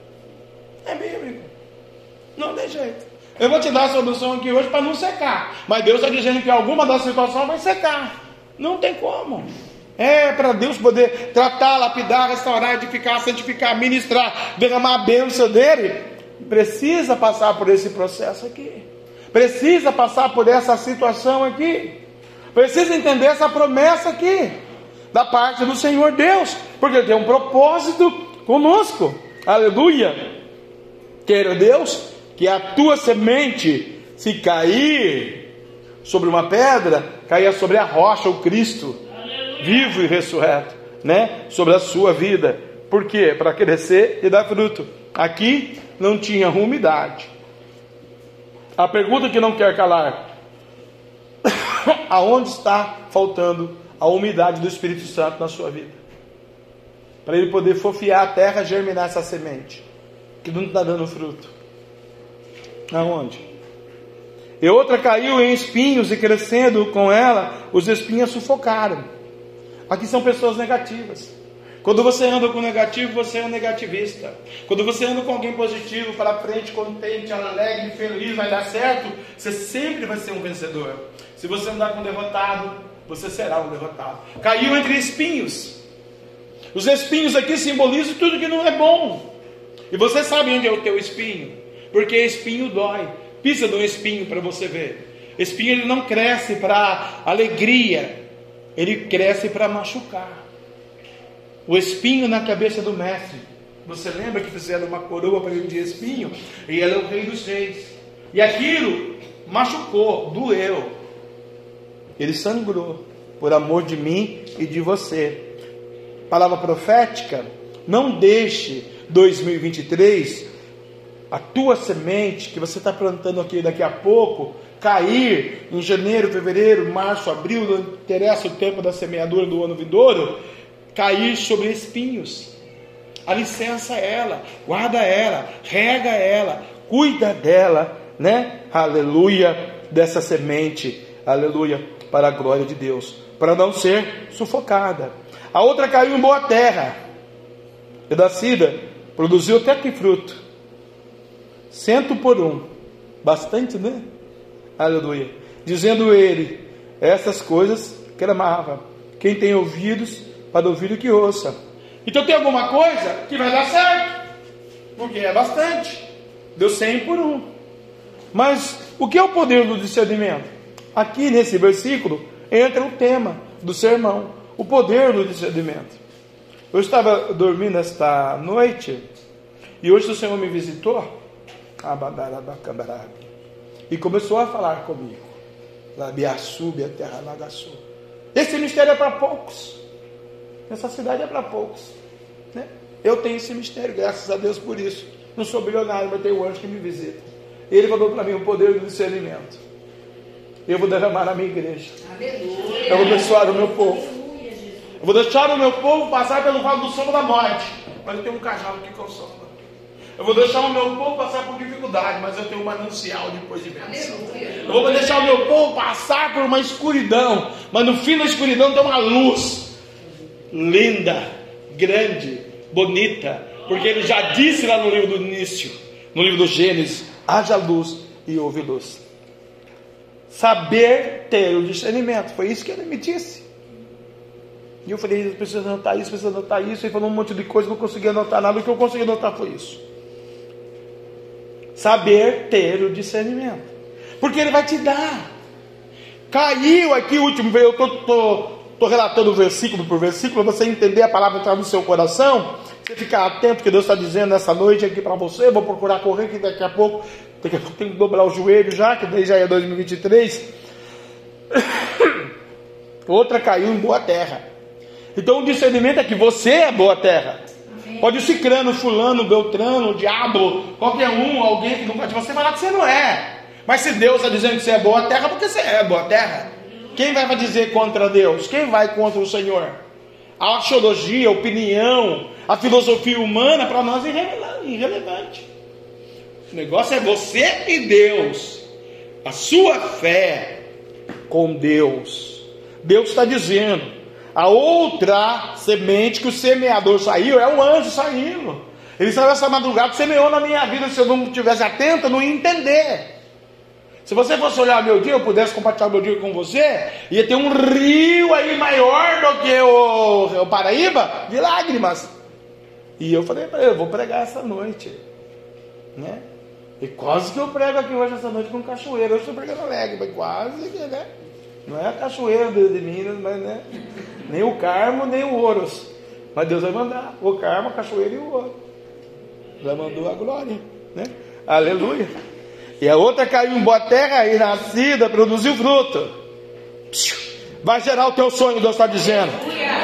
É bíblico, não tem jeito. Eu vou te dar a solução aqui hoje para não secar, mas Deus está dizendo que alguma das situações vai secar. Não tem como. É para Deus poder tratar, lapidar, restaurar, edificar, santificar, ministrar, derramar a bênção dele. Precisa passar por esse processo aqui. Precisa passar por essa situação aqui. Precisa entender essa promessa aqui, da parte do Senhor Deus, porque Ele tem um propósito conosco. Aleluia. Queira Deus que a tua semente, se cair sobre uma pedra, caia sobre a rocha, o Cristo, vivo e ressurreto, né? Sobre a sua vida. Por quê? Para crescer e dar fruto. Aqui não tinha umidade. A pergunta que não quer calar: aonde está faltando a umidade do Espírito Santo na sua vida? Para ele poder fofiar a terra, germinar essa semente que não está dando fruto. Aonde? E outra caiu em espinhos, e crescendo com ela, os espinhos sufocaram. Aqui são pessoas negativas. Quando você anda com negativo, você é um negativista. Quando você anda com alguém positivo, para frente, contente, alegre, feliz, vai dar certo, você sempre vai ser um vencedor. Se você andar com um derrotado, você será um derrotado. Caiu entre espinhos. Os espinhos aqui simbolizam tudo que não é bom. E você sabe onde é o teu espinho? Porque espinho dói. Pisa de um espinho para você ver. Espinho ele não cresce para alegria, ele cresce para machucar. O espinho na cabeça do mestre. Você lembra que fizeram uma coroa para ele de espinho? E ele é o rei dos reis. E aquilo machucou, doeu. Ele sangrou por amor de mim e de você. Palavra profética: não deixe dois mil e vinte e três, a tua semente que você está plantando aqui daqui a pouco, cair em janeiro, fevereiro, março, abril, não interessa o tempo da semeadura do ano vindouro, cair sobre espinhos. Alicença ela, guarda ela, rega ela, cuida dela, né? Aleluia, dessa semente, aleluia, para a glória de Deus, para não ser sufocada. A outra caiu em boa terra, e da cida produziu até que fruto, cento por um, bastante, né? Aleluia. Dizendo ele essas coisas, clamava: quem tem ouvidos para ouvir, o que ouça. Então tem alguma coisa que vai dar certo, porque é bastante. Deu cem por um. Mas o que é o poder do discernimento? Aqui nesse versículo entra o tema do sermão, o poder do discernimento. Eu estava dormindo esta noite e hoje o Senhor me visitou e começou a falar comigo. Labiaçube, a terra Lagaçu. Esse mistério é para poucos. Essa cidade é para poucos, né? Eu tenho esse mistério, graças a Deus por isso. Não sou bilionário, mas tenho um anjo que me visita. Ele falou para mim o poder do discernimento. Eu vou derramar na minha igreja. Aleluia. Eu vou abençoar o meu povo. Eu vou deixar o meu povo passar pelo vale do sono da morte, mas eu tenho um cajado que consola. Eu vou deixar o meu povo passar por dificuldade, mas eu tenho um manancial depois de bênção. Eu vou deixar o meu povo passar por uma escuridão, mas no fim da escuridão tem uma luz linda, grande, bonita, porque ele já disse lá no livro do início, no livro do Gênesis: haja luz e houve luz. Saber ter o discernimento, foi isso que ele me disse. E eu falei: precisa anotar isso, precisa anotar isso. Ele falou um monte de coisa, não consegui anotar nada. O que eu consegui anotar foi isso: saber ter o discernimento, porque ele vai te dar. Caiu aqui o último, eu estou relatando versículo por versículo, para você entender a palavra entrar no seu coração, você ficar atento que Deus está dizendo nessa noite aqui para você. Eu vou procurar correr, que daqui a pouco daqui a pouco tem que dobrar o joelho já, que daí já é dois mil e vinte e três. Outra caiu em boa terra. Então o discernimento é que você é boa terra. Pode o cicrano, fulano, beltrano, o diabo, qualquer um, alguém que não pode você falar que você não é. Mas se Deus está dizendo que você é boa terra, porque você é boa terra. Quem vai dizer contra Deus? Quem vai contra o Senhor? A axiologia, a opinião, a filosofia humana para nós é irrelevante. O negócio é você e Deus, a sua fé com Deus. Deus está dizendo: a outra semente que o semeador saiu é o anjo saindo. Ele saiu essa madrugada, semeou na minha vida. Se eu não estivesse atento, eu não ia entender. Se você fosse olhar meu dia, eu pudesse compartilhar meu dia com você, ia ter um rio aí maior do que o, o Paraíba, de lágrimas. E eu falei para ele: eu vou pregar essa noite, né? E quase que eu prego aqui hoje essa noite com cachoeira. Eu estou pregando alegre, mas quase que, né? Não é a cachoeira de, de Minas, mas né? Nem o Carmo, nem o Ouros. Mas Deus vai mandar o Carmo, a cachoeira e o ouro. Já mandou a glória, né? Aleluia. E a outra caiu em boa terra e nascida, produziu fruto. Vai gerar o teu sonho, Deus está dizendo.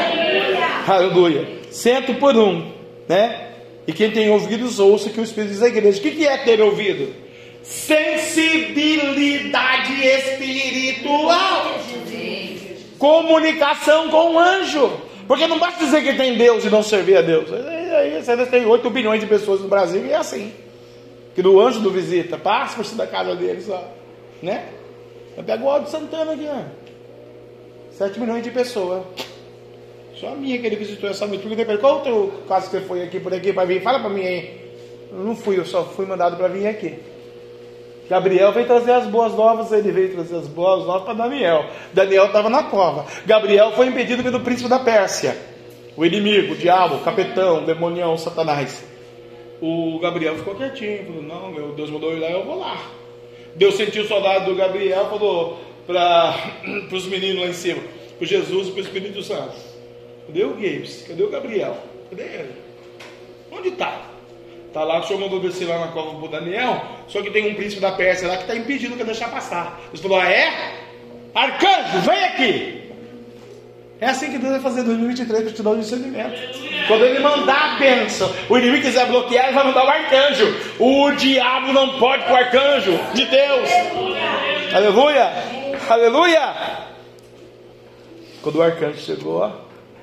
Aleluia. Cento por um, né? E quem tem ouvidos, ouça que o Espírito diz à igreja. O que é ter ouvido? Sensibilidade espiritual. Comunicação com o anjo. Porque não basta dizer que tem Deus e não servir a Deus. Aí você tem oito bilhões de pessoas no Brasil e é assim. Que do anjo do visita, passa por cima da casa deles, ó, né? Eu pego o Aldo Santana aqui, ó. sete milhões de pessoas. Só a minha que ele visitou essa noite. Porque depois, qual outro caso que você foi aqui por aqui para vir? Fala para mim aí. Eu não fui, eu só fui mandado para vir aqui. Gabriel veio trazer as boas novas, ele veio trazer as boas novas para Daniel. Daniel estava na cova. Gabriel foi impedido pelo príncipe da Pérsia, o inimigo, o diabo, o capetão, o demonião, o Satanás. O Gabriel ficou quietinho, falou: não, meu Deus mandou eu ir lá, eu vou lá. Deus sentiu o soldado do Gabriel, falou para os meninos lá em cima, para Jesus e para o Espírito Santo: cadê o Gabes? Cadê o Gabriel? Cadê ele? Onde está? Está lá, o Senhor mandou descer lá na cova para o Daniel, só que tem um príncipe da Pérsia lá que está impedindo que deixar passar. Ele falou: ah, é? Arcanjo, vem aqui! É assim que Deus vai fazer em dois mil e vinte e três para te dar o discernimento. Quando ele mandar a bênção, o inimigo quiser bloquear, ele vai mandar o arcanjo. O diabo não pode com o arcanjo de Deus. Aleluia, aleluia. Quando o arcanjo chegou, ó,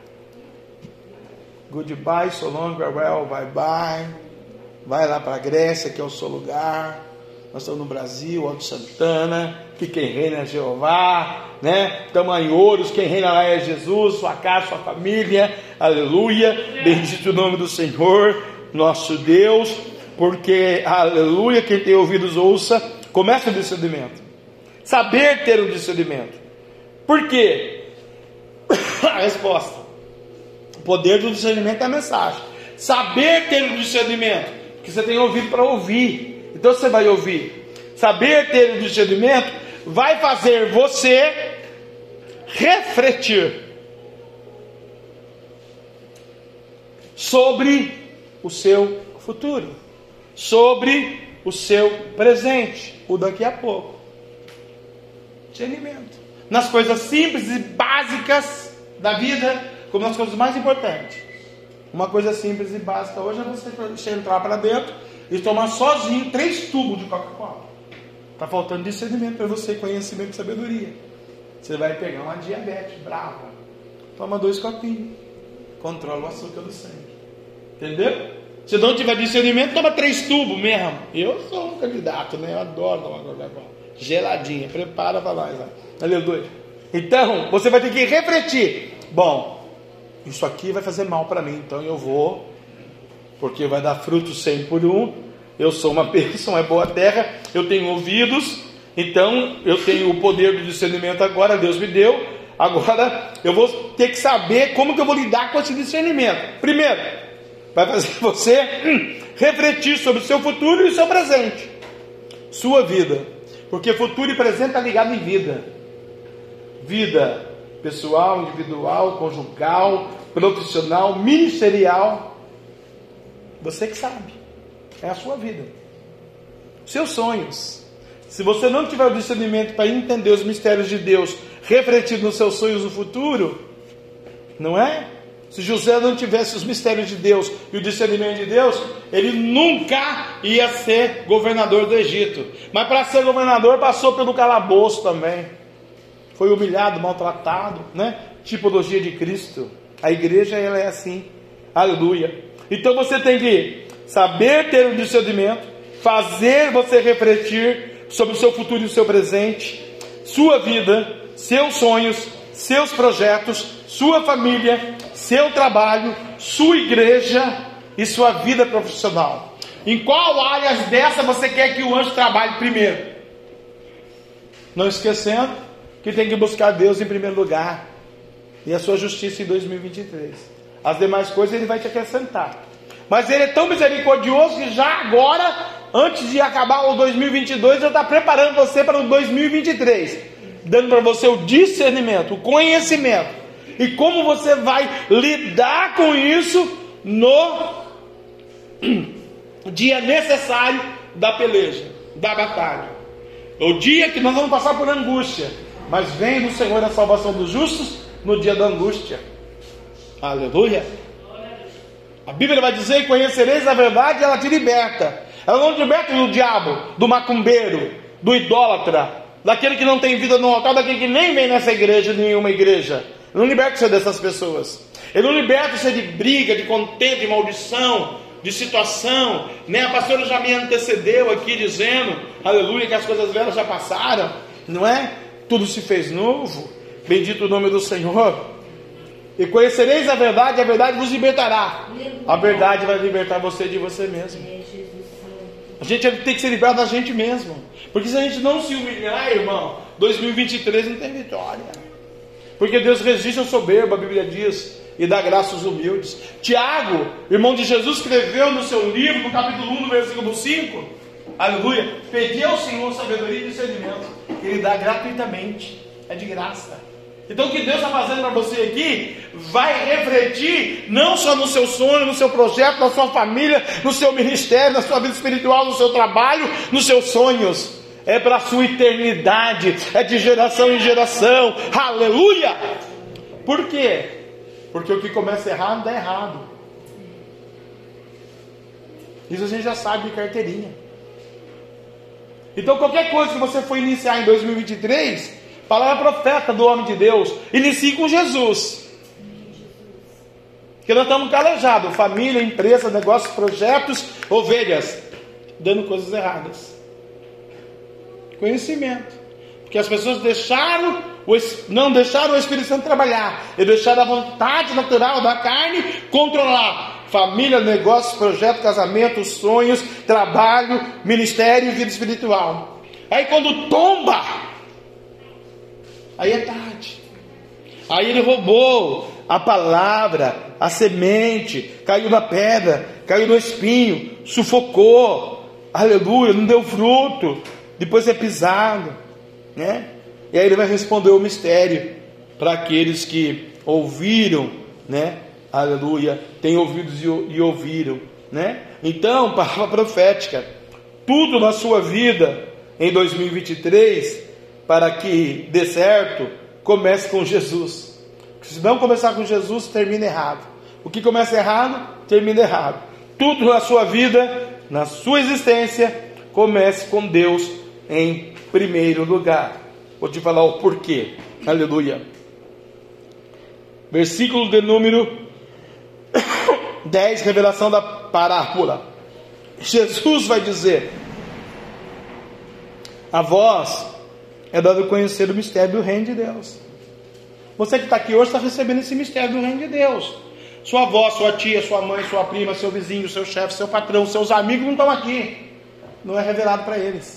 goodbye, so long, farewell, bye bye. Vai lá para a Grécia, que é o seu lugar. Nós estamos no Brasil, Alto Santana, que quem reina é Jeová, né? Estamos em Ouros, quem reina lá é Jesus, sua casa, sua família, aleluia, bendito o nome do Senhor, nosso Deus, porque, aleluia, quem tem ouvidos ouça. Começa o discernimento, saber ter o discernimento. Por quê? A resposta: o poder do discernimento é a mensagem. Saber ter o discernimento, porque você tem ouvido para ouvir. Então você vai ouvir. Saber ter o discernimento vai fazer você refletir sobre o seu futuro, sobre o seu presente, o daqui a pouco. Discernimento. Nas coisas simples e básicas da vida, como nas coisas mais importantes. Uma coisa simples e básica hoje é você entrar para dentro e tomar sozinho três tubos de Coca-Cola. Está faltando discernimento para você, conhecimento e sabedoria. Você vai pegar uma diabetes brava. Toma dois copinhos. Controla o açúcar do sangue. Entendeu? Se não tiver discernimento, toma três tubos mesmo. Eu sou um candidato, né? Eu adoro tomar Coca-Cola. Geladinha. Prepara para nós. Né? Aleluia. Então, você vai ter que refletir. Bom, isso aqui vai fazer mal para mim. Então eu vou, porque vai dar fruto cem por um. Eu sou uma bênção, é boa terra. Eu tenho ouvidos. Então eu tenho o poder do discernimento agora. Deus me deu. Agora eu vou ter que saber como que eu vou lidar com esse discernimento. Primeiro, vai fazer você hum, refletir sobre o seu futuro e o seu presente. Sua vida. Porque futuro e presente está ligado em vida. Vida pessoal, individual, conjugal, profissional, ministerial. Você que sabe. É a sua vida. Seus sonhos. Se você não tiver o discernimento para entender os mistérios de Deus refletidos nos seus sonhos no futuro, não é? Se José não tivesse os mistérios de Deus e o discernimento de Deus, ele nunca ia ser governador do Egito. Mas para ser governador passou pelo calabouço também. Foi humilhado, maltratado, né? Tipologia de Cristo. A igreja, ela é assim. Aleluia. Então você tem que saber ter o discernimento, fazer você refletir sobre o seu futuro e o seu presente, sua vida, seus sonhos, seus projetos, sua família, seu trabalho, sua igreja e sua vida profissional. Em qual áreas dessa você quer que o anjo trabalhe primeiro? Não esquecendo que tem que buscar Deus em primeiro lugar e a sua justiça em dois mil e vinte e três. As demais coisas ele vai te acrescentar. Mas ele é tão misericordioso que já agora, antes de acabar o dois mil e vinte e dois, já está preparando você para o dois mil e vinte e três, dando para você o discernimento, o conhecimento e como você vai lidar com isso no dia necessário da peleja, da batalha. O dia que nós vamos passar por angústia, mas vem do Senhor a salvação dos justos no dia da angústia. Aleluia. A Bíblia vai dizer: conhecereis a verdade e ela te liberta. Ela não te liberta do diabo, do macumbeiro, do idólatra, daquele que não tem vida no altar, daquele que nem vem nessa igreja, nenhuma igreja. Ele não liberta você dessas pessoas. Ele não liberta você de briga, de contenda, de maldição, de situação, né? A pastora já me antecedeu aqui dizendo, aleluia, que as coisas velhas já passaram, não é? Tudo se fez novo. Bendito o nome do Senhor. E conhecereis a verdade, e a verdade vos libertará. A verdade vai libertar você de você mesmo. A gente tem que ser liberado da gente mesmo. Porque se a gente não se humilhar, irmão, dois mil e vinte e três não tem vitória. Porque Deus resiste ao soberbo, a Bíblia diz, e dá graça aos humildes. Tiago, irmão de Jesus, escreveu no seu livro, no capítulo um, no versículo cinco, aleluia, pedi ao Senhor sabedoria e discernimento, que Ele dá gratuitamente, é de graça. Então o que Deus está fazendo para você aqui vai refletir não só no seu sonho, no seu projeto, na sua família, no seu ministério, na sua vida espiritual, no seu trabalho, nos seus sonhos. É para a sua eternidade, é de geração em geração. Aleluia! Por quê? Porque o que começa errado dá errado. Isso a gente já sabe de carteirinha. Então qualquer coisa que você for iniciar em dois mil e vinte e três, palavra profeta do homem de Deus, inicie com Jesus. Porque nós estamos calejados, família, empresa, negócios, projetos, ovelhas, dando coisas erradas. Conhecimento. Porque as pessoas deixaram, o, não deixaram o Espírito Santo trabalhar, e deixaram a vontade natural da carne controlar. Família, negócios, projetos, casamento, sonhos, trabalho, ministério e vida espiritual. Aí quando tomba, aí é tarde. Aí ele roubou a palavra, a semente, caiu na pedra, caiu no espinho, sufocou, aleluia, não deu fruto, depois é pisado, né? E aí ele vai responder o mistério para aqueles que ouviram, né? Aleluia, tem ouvidos e, e ouviram, né? Então, palavra profética, tudo na sua vida em dois mil e vinte e três para que dê certo, comece com Jesus. Se não começar com Jesus, termina errado. O que começa errado, termina errado. Tudo na sua vida, na sua existência, comece com Deus em primeiro lugar. Vou te falar o porquê. Aleluia. Versículo de número dez, revelação da parábola. Jesus vai dizer: a vós é dado conhecer o mistério do reino de Deus. Você que está aqui hoje está recebendo esse mistério do reino de Deus. Sua avó, sua tia, sua mãe, sua prima, seu vizinho, seu chefe, seu patrão, seus amigos não estão aqui. Não é revelado para eles.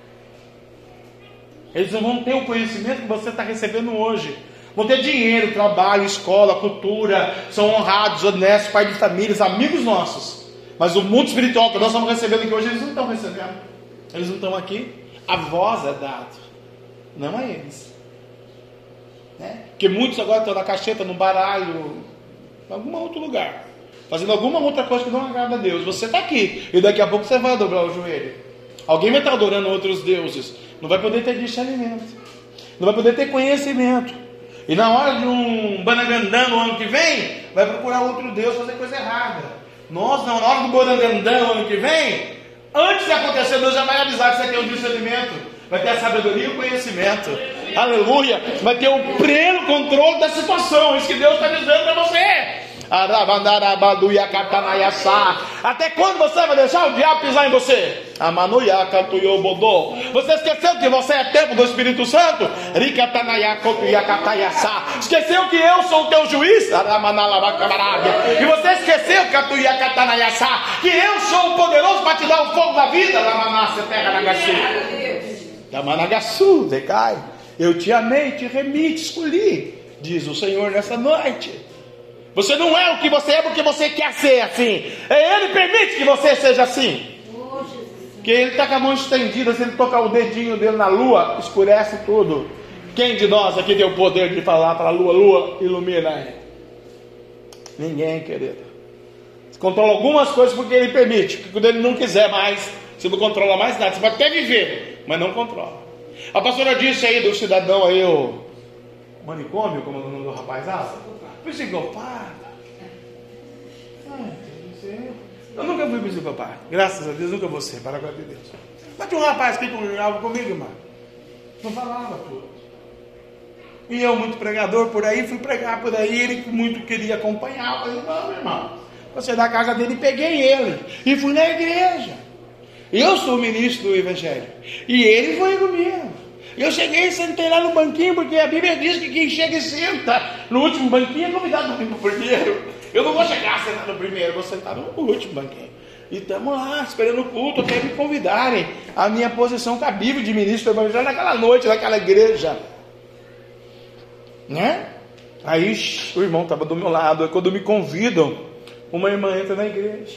Eles não vão ter o conhecimento que você está recebendo hoje. Vão ter dinheiro, trabalho, escola, cultura, são honrados, honestos, pai de famílias, amigos nossos. Mas o mundo espiritual que nós estamos recebendo aqui hoje, eles não estão recebendo. Eles não estão aqui. A voz é dado, não a eles. Né? Porque muitos agora estão na cacheta, no baralho, em algum outro lugar, fazendo alguma outra coisa que não agrada a Deus. Você está aqui, e daqui a pouco você vai dobrar o joelho. Alguém vai estar adorando outros deuses, não vai poder ter discernimento, não vai poder ter conhecimento. E na hora de um banagandã no ano que vem, vai procurar outro Deus fazer coisa errada. Nós, na hora do banagandã no ano que vem, antes de acontecer, Deus já vai avisar que você tem o discernimento, vai ter a sabedoria e o conhecimento. Aleluia! Vai ter o pleno controle da situação. Isso que Deus está dizendo para você. Até quando você vai deixar o diabo pisar em você? Você esqueceu que você é templo do Espírito Santo? Esqueceu que eu sou o teu juiz? E você esqueceu que eu sou o poderoso para te dar o fogo da vida? Eu te amei, te remi, te escolhi, diz o Senhor nessa noite. Você não é o que você é porque você quer ser assim. Ele permite que você seja assim. Porque ele está com a mão estendida. Se ele tocar o dedinho dele na lua, escurece tudo. Quem de nós aqui tem o poder de falar para a lua: lua, ilumina? Ninguém, querido. Você controla algumas coisas porque ele permite. Porque quando ele não quiser mais, você não controla mais nada. Você pode até viver, mas não controla. A pastora disse aí do cidadão aí, o manicômio, como é o nome do rapaz? Ah, psicopata. Eu nunca fui psicopata. Graças a Deus, nunca vou ser, para a glória de Deus. Mas tinha um rapaz que conjugava comigo, irmão. Não falava tudo. E eu, muito pregador por aí, fui pregar por aí. Ele muito queria acompanhar. Eu falei: não, meu irmão. Você da casa dele, peguei ele e fui na igreja. Eu sou o ministro do Evangelho. E ele foi comigo. Eu cheguei e sentei lá no banquinho, porque a Bíblia diz que quem chega e senta no último banquinho é convidado para ir no primeiro. Eu não vou chegar a sentar no primeiro, vou sentar no último banquinho. E estamos lá, esperando o culto, até me convidarem a minha posição com a Bíblia de ministro do Evangelho naquela noite, naquela igreja. Né? Aí o irmão estava do meu lado. Aí quando me convidam, uma irmã entra na igreja,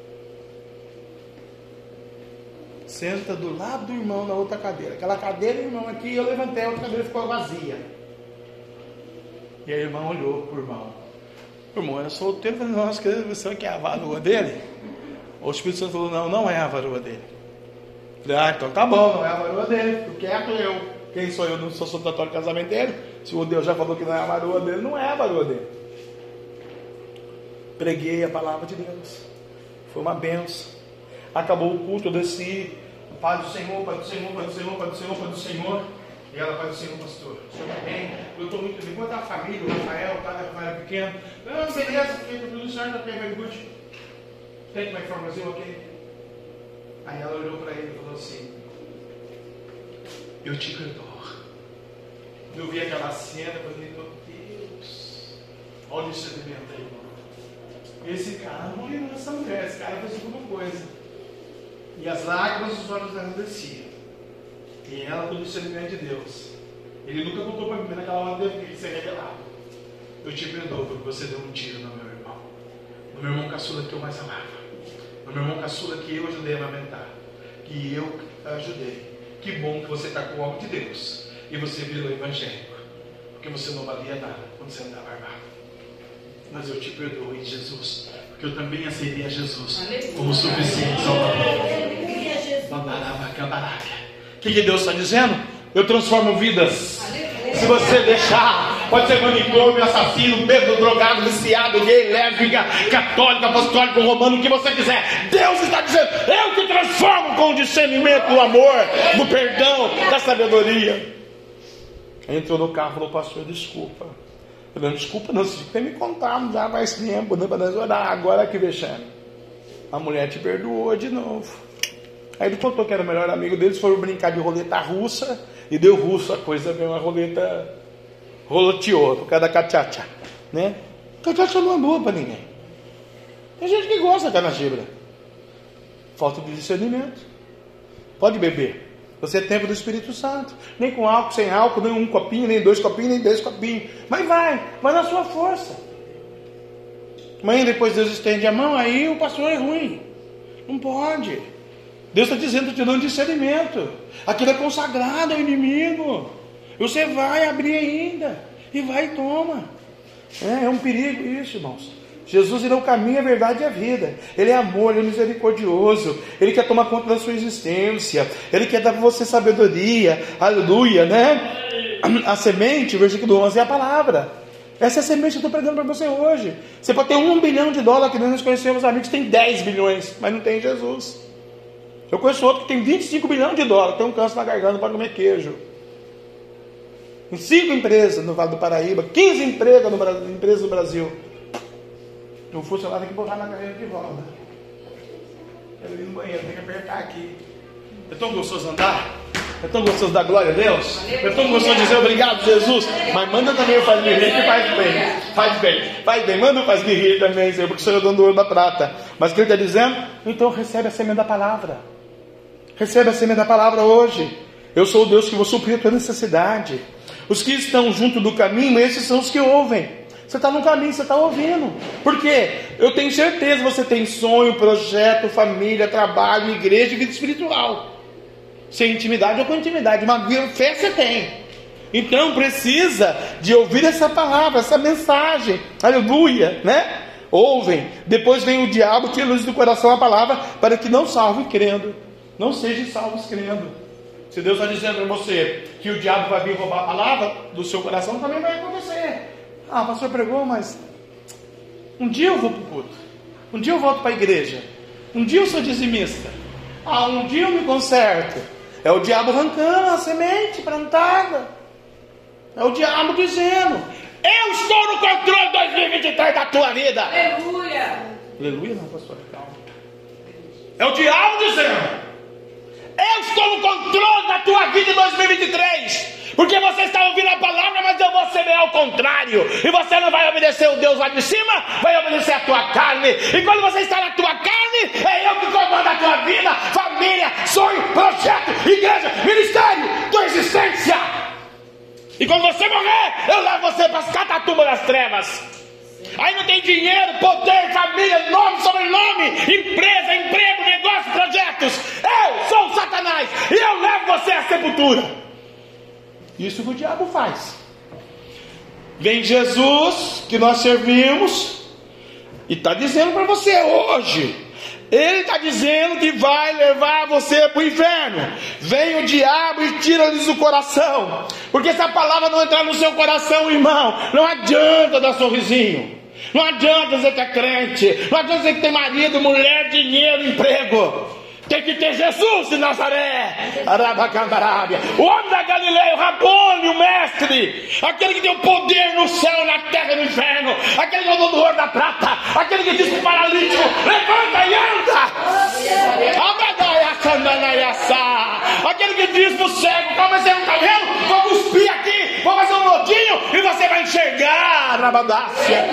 senta do lado do irmão na outra cadeira. Aquela cadeira, irmão, aqui, eu levantei, a outra cadeira ficou vazia. E a irmã olhou para o irmão. O irmão era solteiro, falou: nossa, você quer a varoa dele? O Espírito Santo falou: não, não é a varoa dele. Falei: ah, então tá bom, não é a varoa dele. Fico quieto eu. Quem sou eu? Não sou soltatório de casamento dele. Se o Deus já falou que não é a varoa dele, não é a varoa dele. Preguei a palavra de Deus. Foi uma benção. Acabou o culto, eu desci. Pai do Senhor, Pai do Senhor, Pai do Senhor, Pai do Senhor, Pai do Senhor. E ela: Pai do Senhor, pastor. O senhor está bem? Eu estou muito bem. Quanto a família, o Rafael, tá? O Rafael é pequeno. Não, beleza, fica tudo certo, ok, very good. Take my from Brazil, ok? Aí ela olhou para ele e falou assim: eu te perdoo. Eu vi aquela cena e falei: meu Deus, olha o discernimento aí, irmão. Esse cara não morreu nessa mulher, esse cara fez alguma coisa. E as lágrimas dos olhos dela desciam. E ela, com o discernimento de Deus, ele nunca contou para mim, naquela hora dele ser revelado: eu te perdoo porque você deu um tiro no meu irmão, no meu irmão caçula que eu mais amava, no meu irmão caçula que eu ajudei a amamentar, que eu ajudei. Que bom que você está com o homem de Deus e você virou evangélico, porque você não valia nada quando você andava armado. Mas eu te perdoo em Jesus, porque eu também aceitei a Jesus como suficiente Salvador. O que, que Deus está dizendo? Eu transformo vidas. Se você deixar, pode ser manicômio, assassino, bêbado, drogado, viciado, gay, lésbica, católico, apostólico, romano, o que você quiser. Deus está dizendo: eu te transformo com o discernimento do amor, do perdão, da sabedoria. Entrou no carro e falou: pastor, desculpa. Eu falei: desculpa não, você tem que me contar, já faz tempo, né, para nós orar, agora que vexame. A mulher te perdoou de novo. Aí ele contou que era o melhor amigo deles, foram brincar de roleta russa, e deu russo a coisa, veio uma roleta, roloteou, por causa da cachaça, né? Cachaça não é boa para ninguém. Tem gente que gosta da canajibra. Falta de discernimento. Pode beber. Você é templo do Espírito Santo. Nem com álcool, sem álcool, nem um copinho, nem dois copinhos, nem dez copinhos. Mas vai, vai na sua força. Amanhã depois Deus estende a mão, aí o pastor é ruim. Não pode. Deus está dizendo, te dando discernimento. Aquilo é consagrado ao inimigo. Você vai abrir ainda. E vai e toma. É, é um perigo isso, irmãos. Jesus, ele é o caminho, a verdade e a vida. Ele é amor, ele é misericordioso. Ele quer tomar conta da sua existência. Ele quer dar para você sabedoria. Aleluia, né? A semente, versículo onze, é a palavra. Essa é a semente que eu estou pregando para você hoje. Você pode ter um bilhão de dólares, que nós conhecemos amigos que tem dez bilhões, mas não tem Jesus. Eu conheço outro que tem vinte e cinco bilhões de dólares, tem um câncer na garganta para comer queijo. Em cinco empresas no Vale do Paraíba, quinze empregos no Brasil, empresas no Brasil. O funcionário tem que botar na carreira de roda. Quero ir no banheiro, tem que apertar aqui. É tão gostoso andar? É tão gostoso dar glória a Deus? É tão gostoso dizer obrigado, Jesus? Mas manda também o faz-me rir, que faz bem. Faz bem, faz bem. Manda o faz-me rir também, Senhor, porque o Senhor é o dono do ouro da prata. Mas o que ele está dizendo? Então recebe a semente da palavra. Recebe a semente da palavra hoje. Eu sou o Deus que vou suprir a tua necessidade. Os que estão junto do caminho, esses são os que ouvem. Você está no caminho, você está ouvindo. Por quê? Eu tenho certeza que você tem sonho, projeto, família, trabalho, igreja e vida espiritual. Sem intimidade ou com intimidade. Uma fé você tem. Então precisa de ouvir essa palavra, essa mensagem. Aleluia, né? Ouvem. Depois vem o diabo, tira a luz do coração a palavra, para que não salve crendo. Não sejam salvos crendo. Se Deus está dizendo para você que o diabo vai vir roubar a palavra do seu coração, também vai acontecer. Ah, o pastor pregou, mas um dia eu vou para o culto. Um dia eu volto para a igreja. Um dia eu sou dizimista. Ah, um dia eu me conserto. É o diabo arrancando a semente plantada. É o diabo dizendo: eu estou no controle dois mil e vinte e três da tua vida. Aleluia. Aleluia não, pastor, calma. É o diabo dizendo: eu estou no controle da tua vida em dois mil e vinte e três. Porque você está ouvindo a palavra, mas eu vou semear ao contrário. E você não vai obedecer o Deus lá de cima, vai obedecer a tua carne. E quando você está na tua carne, é eu que comando a tua vida, família, sonho, projeto, igreja, ministério, tua existência. E quando você morrer, eu levo você para as catatumbas das trevas. Aí não tem dinheiro, poder, família, nome, sobrenome, empresa, emprego, negócio, projetos. Eu sou o Satanás e eu levo você à sepultura. Isso que o diabo faz. Vem Jesus, que nós servimos, e está dizendo para você hoje. Ele está dizendo que vai levar você para o inferno. Vem o diabo e tira-lhes o coração. Porque se a palavra não entrar no seu coração, irmão, não adianta dar sorrisinho. Não adianta dizer que é crente. Não adianta dizer que tem marido, mulher, dinheiro, emprego. Tem que ter Jesus de Nazaré. Arabacandarábia. O homem da Galileia, o Rabone, o mestre. Aquele que tem o poder no céu, na terra e no inferno. Aquele que é o dono do ouro da prata. Aquele que diz para o paralítico: levanta e anda. Aquele que diz para o cego: como você não está vendo? Vou cuspir aqui, vou fazer um nodinho e você vai enxergar. Rabadácia.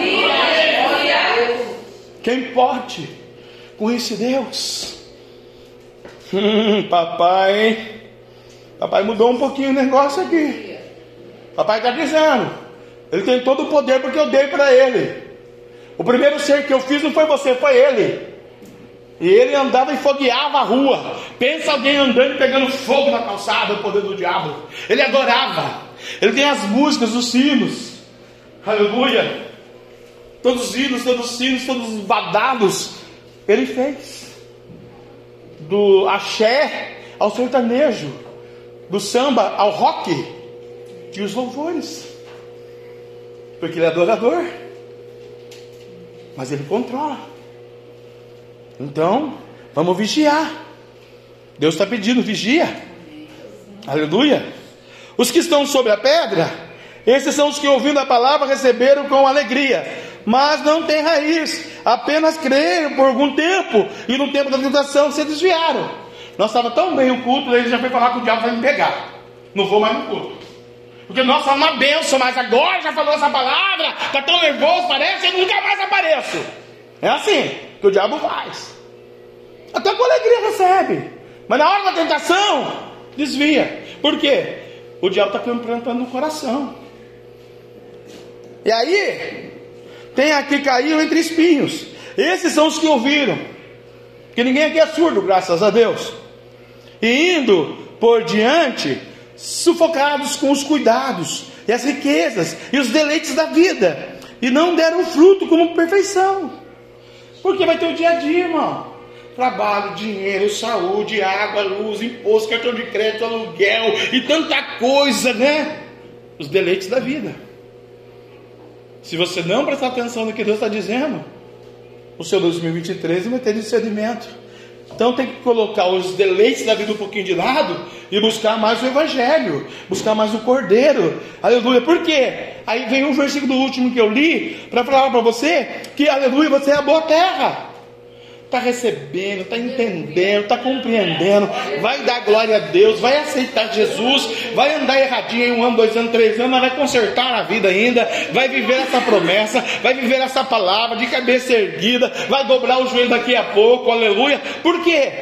Quem pode com esse Deus? Hum, papai, papai mudou um pouquinho o negócio aqui. Papai está dizendo: ele tem todo o poder porque eu dei para ele. O primeiro ser que eu fiz não foi você, foi ele. E ele andava e fogueava a rua. Pensa alguém andando e pegando fogo na calçada, o poder do diabo. Ele adorava. Ele tem as músicas, os sinos. Aleluia. Todos os hinos, todos os sinos, todos os badalos ele fez. Do axé ao sertanejo. do samba ao rock e os louvores, porque ele é adorador, mas ele controla. Então vamos vigiar. Deus está pedindo vigia. Aleluia. Os que estão sobre a pedra, esses são os que, ouvindo a palavra, receberam com alegria, mas não têm raiz, apenas creram por algum tempo, e no tempo da tentação se desviaram. Nós estava tão bem o culto, ele já foi falar que o diabo vai me pegar, não vou mais no culto, porque nós falamos uma bênção, mas agora já falou essa palavra, está tão nervoso, parece, eu nunca mais apareço. É assim que o diabo faz. Até com alegria recebe, mas na hora da tentação desvia. Por quê? O diabo está plantando no coração. E aí tem aqui que caiu entre espinhos. Esses são os que ouviram, porque ninguém aqui é surdo, graças a Deus. E indo por diante, sufocados com os cuidados e as riquezas e os deleites da vida, e não deram fruto como perfeição. Porque vai ter o dia a dia, irmão. Trabalho, dinheiro, saúde, água, luz, imposto, cartão de crédito, aluguel e tanta coisa, né? Os deleites da vida. Se você não prestar atenção no que Deus está dizendo, o seu dois mil e vinte e três não vai ter discernimento. Então tem que colocar os deleites da vida um pouquinho de lado e buscar mais o Evangelho, buscar mais o Cordeiro. Aleluia. Por quê? Aí vem um versículo último que eu li para falar para você que, aleluia, você é a boa terra. Está recebendo, está entendendo, está compreendendo, vai dar glória a Deus, vai aceitar Jesus, vai andar erradinho em um ano, dois anos, três anos, mas vai consertar a vida ainda, vai viver essa promessa, vai viver essa palavra de cabeça erguida, vai dobrar o joelho daqui a pouco, aleluia. Por quê?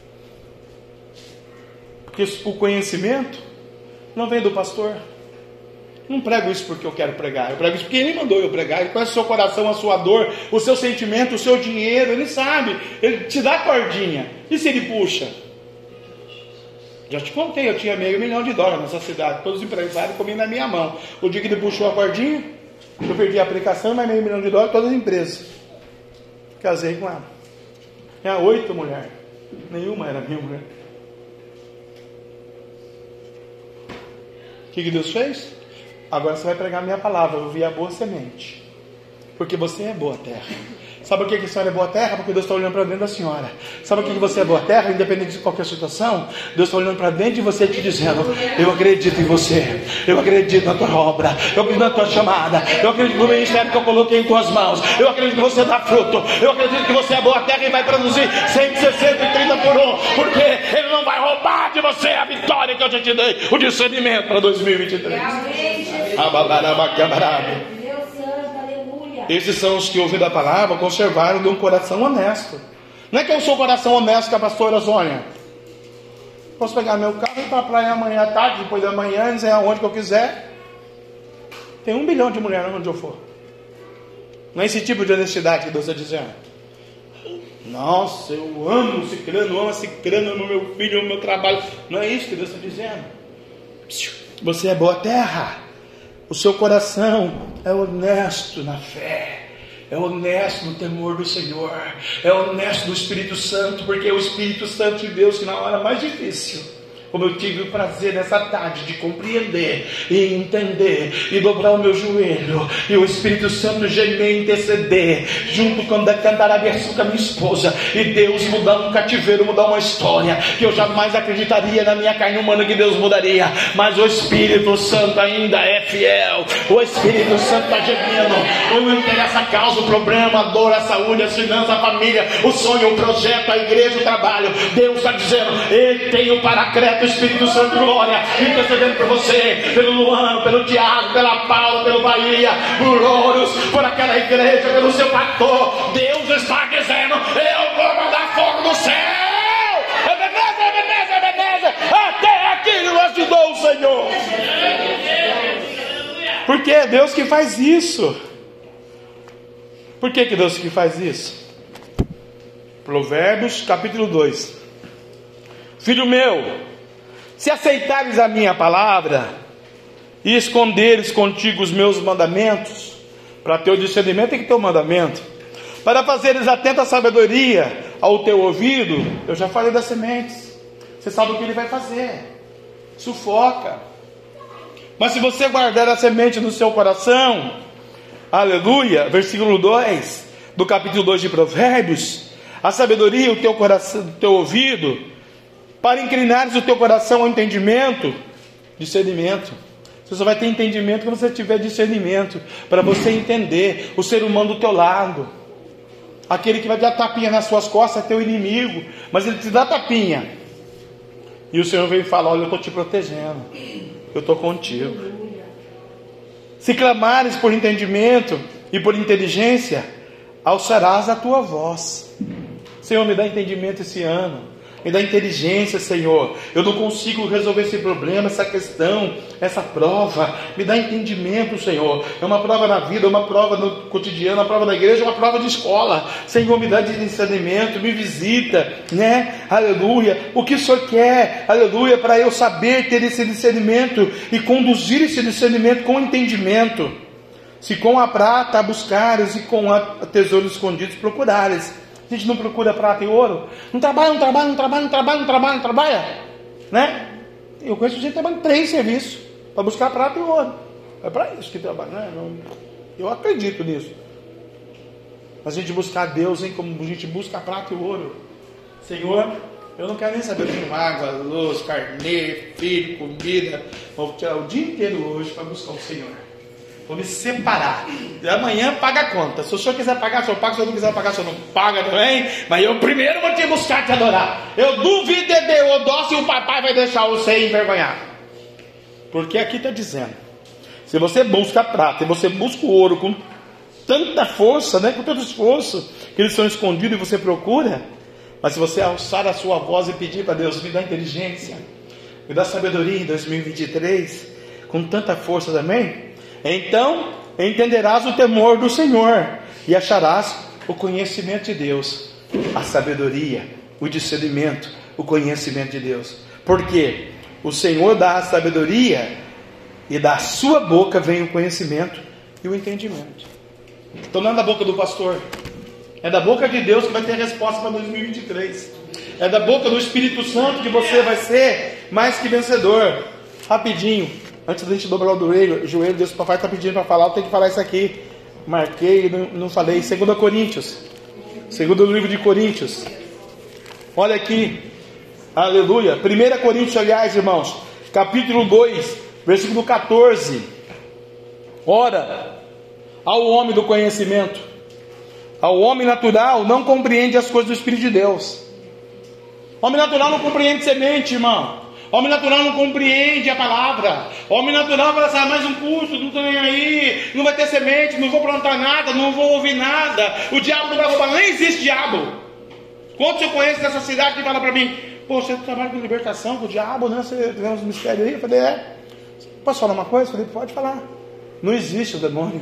Porque o conhecimento não vem do pastor. Não prego isso porque eu quero pregar, eu prego isso porque Ele mandou eu pregar. Ele conhece o seu coração, a sua dor, o seu sentimento, o seu dinheiro. Ele sabe, Ele te dá a cordinha. E se Ele puxa? Já te contei, eu tinha meio milhão de dólares nessa cidade, todos os empresários comiam na minha mão. O dia que Ele puxou a cordinha, eu perdi a aplicação, mas meio milhão de dólares, todas as empresas. Casei com ela. Tinha oito mulheres, nenhuma era minha mulher. O que, que Deus fez? Agora você vai pregar a minha palavra. Eu vi a boa semente, porque você é boa terra. Sabe por que a senhora é boa terra? Porque Deus está olhando para dentro da senhora. Sabe por que você é boa terra? Independente de qualquer situação, Deus está olhando para dentro de você e te dizendo: eu acredito em você, eu acredito na tua obra, eu acredito na tua chamada, eu acredito no ministério que eu coloquei em tuas mãos, eu acredito que você dá fruto, eu acredito que você é boa terra e vai produzir cem, sessenta e trinta por um, porque Ele não vai roubar de você a vitória que eu já te dei, o discernimento para dois mil e vinte e três. Esses são os que, ouvindo a palavra, conservaram de um coração honesto. Não é que eu sou coração honesto com a pastora Sônia. Posso pegar meu carro e ir para a praia amanhã à tarde, depois da manhã, dizer aonde que eu quiser. Tem um bilhão de mulheres onde eu for. Não é esse tipo de honestidade que Deus está dizendo. Nossa, eu amo o ciclano, amo a ciclana, amo meu filho, amo meu trabalho. Não é isso que Deus está dizendo. Você é boa terra. O seu coração é honesto na fé, é honesto no temor do Senhor, é honesto no Espírito Santo, porque é o Espírito Santo de Deus que na hora mais difícil, como eu tive o prazer nessa tarde de compreender e entender e dobrar o meu joelho, e o Espírito Santo gemer e interceder junto com a Cantarabiaçu, com a minha esposa, e Deus mudar um cativeiro, mudar uma história que eu jamais acreditaria na minha carne humana que Deus mudaria, mas o Espírito Santo ainda é fiel. O Espírito Santo está gemendo. Não interessa a causa, o problema, a dor, a saúde, a finança, a família, o sonho, o projeto, a igreja, o trabalho. Deus está dizendo: eu tenho paracreto, o Espírito Santo, glória, intercedendo por você, pelo Luano, pelo Tiago, pela Paula, pelo Bahia, por Ouros, por aquela igreja, pelo seu pastor. Deus está dizendo: eu vou mandar fogo do céu. Ebenezer, Ebenezer, Ebenezer, até aqui nos ajudou o Senhor. Porque é Deus que faz isso. Por que que Deus que faz isso? Provérbios capítulo dois. Filho meu, se aceitares a minha palavra e esconderes contigo os meus mandamentos, para ter o discernimento tem que ter o mandamento, para fazeres atenta a sabedoria ao teu ouvido. Eu já falei das sementes, você sabe o que ele vai fazer. sufoca. Mas se você guardar a semente no seu coração, aleluia, versículo dois do capítulo dois de Provérbios, a sabedoria, o teu coração, o teu ouvido, para inclinares o teu coração ao entendimento, discernimento. Você só vai ter entendimento quando você tiver discernimento, para você entender o ser humano do teu lado. Aquele que vai dar tapinha nas suas costas é teu inimigo, mas ele te dá tapinha. E o Senhor vem e fala: olha, eu estou te protegendo, eu estou contigo. Se clamares por entendimento e por inteligência, alçarás a tua voz. Senhor, me dá entendimento esse ano, me dá inteligência, Senhor. Eu não consigo resolver esse problema, essa questão, essa prova. Me dá entendimento, Senhor. É uma prova na vida, é uma prova no cotidiano, uma prova na igreja, uma prova de escola. Senhor, me dá discernimento, me visita, né? Aleluia. O que o Senhor quer, aleluia, para eu saber ter esse discernimento e conduzir esse discernimento com entendimento. Se com a prata buscares e com a tesouros escondidos procurares. A gente não procura prata e ouro. Não trabalha, não trabalha, não trabalha, não trabalha, não trabalha, não trabalha, né? Eu conheço gente que trabalha em três serviços para buscar prata e ouro. É para isso que trabalha, né? Eu acredito nisso. Mas a gente buscar Deus, hein? Como a gente busca prata e ouro. Senhor, eu não quero nem saber de água, luz, carneiro, filho, comida. Vou tirar o dia inteiro hoje para buscar o Senhor. Vou me separar. E amanhã paga a conta. Se o senhor quiser pagar, o senhor paga. Se o senhor não quiser pagar, o senhor não paga também. Mas eu primeiro vou te buscar, te adorar. Eu duvido de Deus, dó se o papai vai deixar você envergonhado. Porque aqui está dizendo: se você busca a prata e você busca o ouro com tanta força, né, com tanto esforço, que eles são escondidos e você procura. Mas se você alçar a sua voz e pedir para Deus: me dá inteligência, me dá sabedoria em dois mil e vinte e três, com tanta força também, então entenderás o temor do Senhor e acharás o conhecimento de Deus, a sabedoria, o discernimento, o conhecimento de Deus. Porque o Senhor dá a sabedoria e da sua boca vem o conhecimento e o entendimento. Então não é da boca do pastor, é da boca de Deus que vai ter a resposta para dois mil e vinte e três. É da boca do Espírito Santo que você vai ser mais que vencedor. Rapidinho, antes da gente dobrar o joelho, joelho Deus, o papai está pedindo para falar, eu tenho que falar isso aqui. Marquei, não, não falei. Segundo Coríntios, segundo livro de Coríntios. Olha aqui, aleluia. Primeira Coríntios, aliás, irmãos, capítulo dois, versículo catorze. Ora, ao homem do conhecimento, ao homem natural, não compreende as coisas do Espírito de Deus. Homem natural não compreende semente, irmão. Homem natural não compreende a palavra. Homem natural vai assim: mais um curso, não estou nem aí, não vai ter semente, não vou plantar nada, não vou ouvir nada, o diabo não vai roubar, nem existe diabo. Quantos eu conheço nessa cidade que fala para mim: pô, você trabalha com libertação, com o diabo, né? Você tem uns mistérios aí? Eu falei: é. Posso falar uma coisa? Eu falei: pode falar. Não existe o demônio.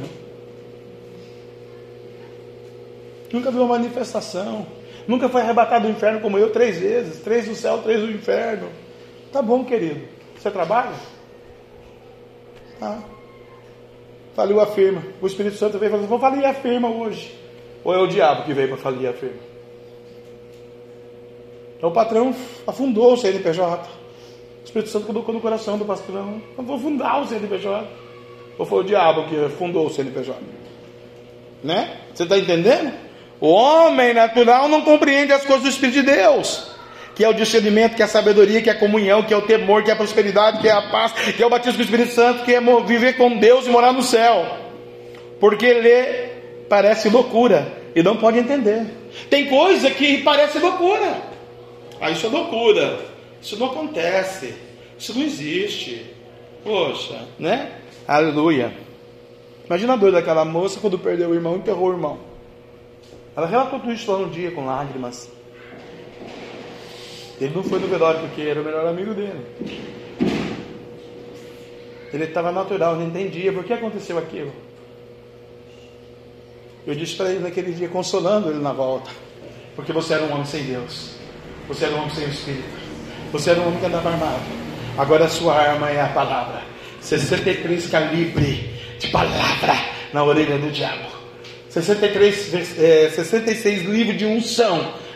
Nunca viu uma manifestação. Nunca foi arrebatado do inferno como eu três vezes. Três do céu, três do inferno. Tá bom, querido. Você trabalha? Tá. Faliu a firma. O Espírito Santo veio e falou: vou falir a firma hoje. Ou é o diabo que veio para falir a firma? Então o patrão afundou o C N P J. O Espírito Santo colocou no coração do patrão: eu vou fundar o C N P J. Ou foi o diabo que fundou o C N P J? Né? Você está entendendo? O homem natural não compreende as coisas do Espírito de Deus, que é o discernimento, que é a sabedoria, que é a comunhão, que é o temor, que é a prosperidade, que é a paz, que é o batismo do Espírito Santo, que é viver com Deus e morar no céu. Porque ele parece loucura e não pode entender. Tem coisa que parece loucura. Ah, isso é loucura. Isso não acontece. Isso não existe. Poxa, né? Aleluia. Imagina a dor daquela moça quando perdeu o irmão, enterrou o irmão. Ela relatou tudo isso lá no dia com lágrimas. Ele não foi no velório porque era o melhor amigo dele. Ele estava natural, não entendia por que aconteceu aquilo. Eu disse para ele naquele dia, consolando ele na volta: porque você era um homem sem Deus, você era um homem sem o Espírito, você era um homem que andava armado. Agora a sua arma é a palavra. sessenta e três calibre de palavra na orelha do diabo. sessenta e três, é, sessenta e seis livros de unção,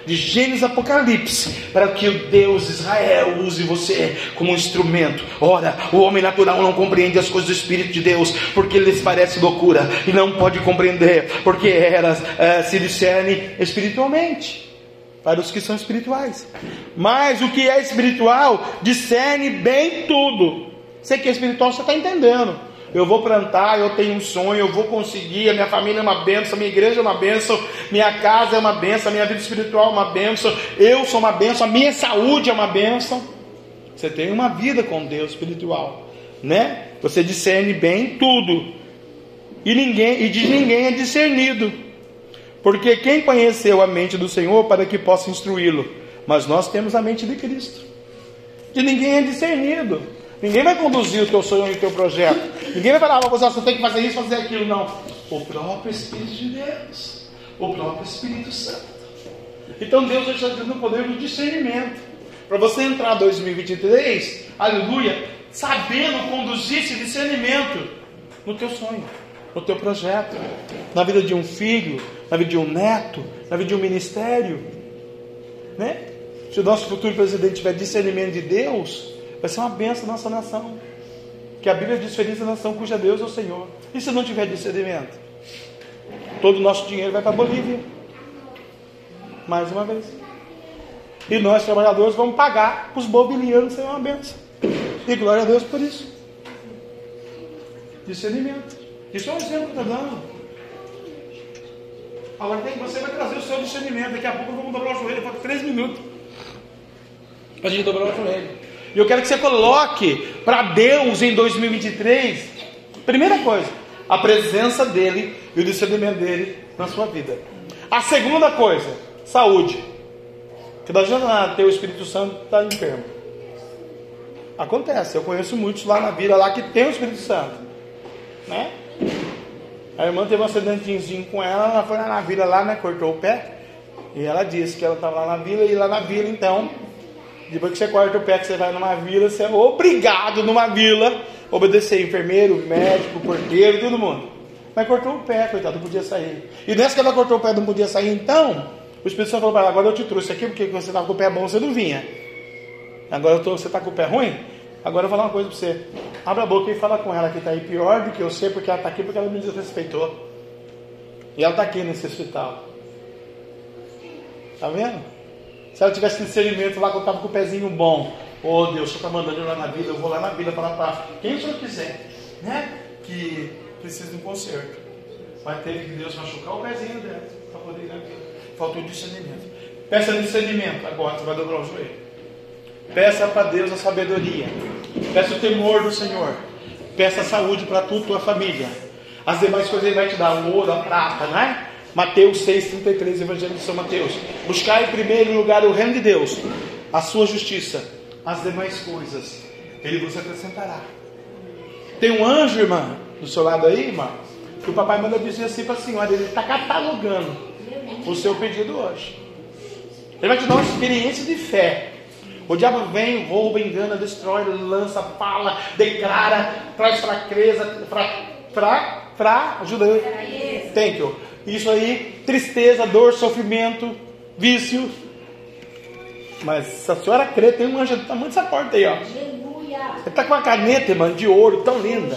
de Gênesis a Apocalipse, para que o Deus de Israel use você como um instrumento. Ora, o homem natural não compreende as coisas do Espírito de Deus, porque lhes parece loucura, e não pode compreender, porque era, é, se discerne espiritualmente, para os que são espirituais. Mas o que é espiritual discerne bem tudo. Você que é espiritual, você está entendendo. Eu vou plantar, eu tenho um sonho, eu vou conseguir, a minha família é uma bênção, a minha igreja é uma bênção, minha casa é uma bênção, a minha vida espiritual é uma bênção, eu sou uma bênção, a minha saúde é uma bênção. Você tem uma vida com Deus espiritual, né? Você discerne bem tudo, e ninguém, e de ninguém é discernido, porque quem conheceu a mente do Senhor para que possa instruí-lo? Mas nós temos a mente de Cristo. De ninguém é discernido. Ninguém vai conduzir o teu sonho e o teu projeto. Ninguém vai falar, você tem que fazer isso, fazer aquilo. Não. O próprio Espírito de Deus. O próprio Espírito Santo. Então Deus está dando o poder do discernimento. Para você entrar em dois mil e vinte e três, aleluia, sabendo conduzir esse discernimento no teu sonho, no teu projeto, na vida de um filho, na vida de um neto, na vida de um ministério, né? Se o nosso futuro presidente tiver discernimento de Deus, vai ser uma bênção na nossa nação. Que a Bíblia diz: feliz a nação cuja Deus é o Senhor. E se não tiver discernimento? Todo o nosso dinheiro vai para a Bolívia. Mais uma vez. E nós, trabalhadores, vamos pagar para os bobilianos ser uma bênção. E glória a Deus por isso. Discernimento. Isso é um exemplo que eu estou dando. Agora tem, você vai trazer o seu discernimento. Daqui a pouco vamos dobrar o joelho. Falta três minutos para a gente dobrar o joelho. E eu quero que você coloque para Deus em dois mil e vinte e três, primeira coisa, a presença dele e o discernimento dele na sua vida. A segunda coisa, saúde. Que não adianta nada ter o Espírito Santo estar enfermo. Acontece, eu conheço muitos lá na vila lá que tem o Espírito Santo, né? A irmã teve um acidentezinho com ela, ela foi lá na vila lá, né? Cortou o pé. E ela disse que ela estava lá na vila, e lá na vila então, depois que você corta o pé, que você vai numa vila, você é obrigado numa vila obedecer enfermeiro, médico, porteiro, todo mundo. Mas cortou o pé, coitado, não podia sair. E nessa que ela cortou o pé, não podia sair, então o Espírito Santo falou para ela: agora eu te trouxe aqui, porque quando você estava com o pé bom, você não vinha. Agora eu tô, você está com o pé ruim? Agora eu vou falar uma coisa para você. Abre a boca e fala com ela que está aí pior do que eu sei, porque ela está aqui porque ela me desrespeitou. E ela está aqui nesse hospital. Está vendo? Se ela tivesse discernimento lá, quando estava com o pezinho bom, oh Deus, o Senhor está mandando eu lá na vida, eu vou lá na vida falar para quem o Senhor quiser, né? Que precisa de um conserto. Vai ter que Deus machucar o pezinho dela para poder ir na vida. Faltou discernimento. Peça discernimento agora, você vai dobrar o joelho. Peça para Deus a sabedoria. Peça o temor do Senhor. Peça a saúde para tu e tua família. As demais coisas Ele vai te dar, o ouro, a prata, né? Mateus seis, trinta e três, Evangelho de São Mateus. Buscai em primeiro lugar o reino de Deus, a sua justiça, as demais coisas Ele vos acrescentará. Tem um anjo, irmã, do seu lado aí, irmã, que o papai manda dizer assim para a senhora: ele está catalogando o seu pedido hoje. Ele vai te dar uma experiência de fé. O diabo vem, rouba, engana, destrói, lança, fala, declara, traz fraqueza, fra, fra, fra, ajuda eu. Thank you. Isso aí, tristeza, dor, sofrimento, vício. Mas se a senhora crê, tem um anjo do tamanho dessa porta aí, ó. Ele está com uma caneta, irmão, de ouro tão linda.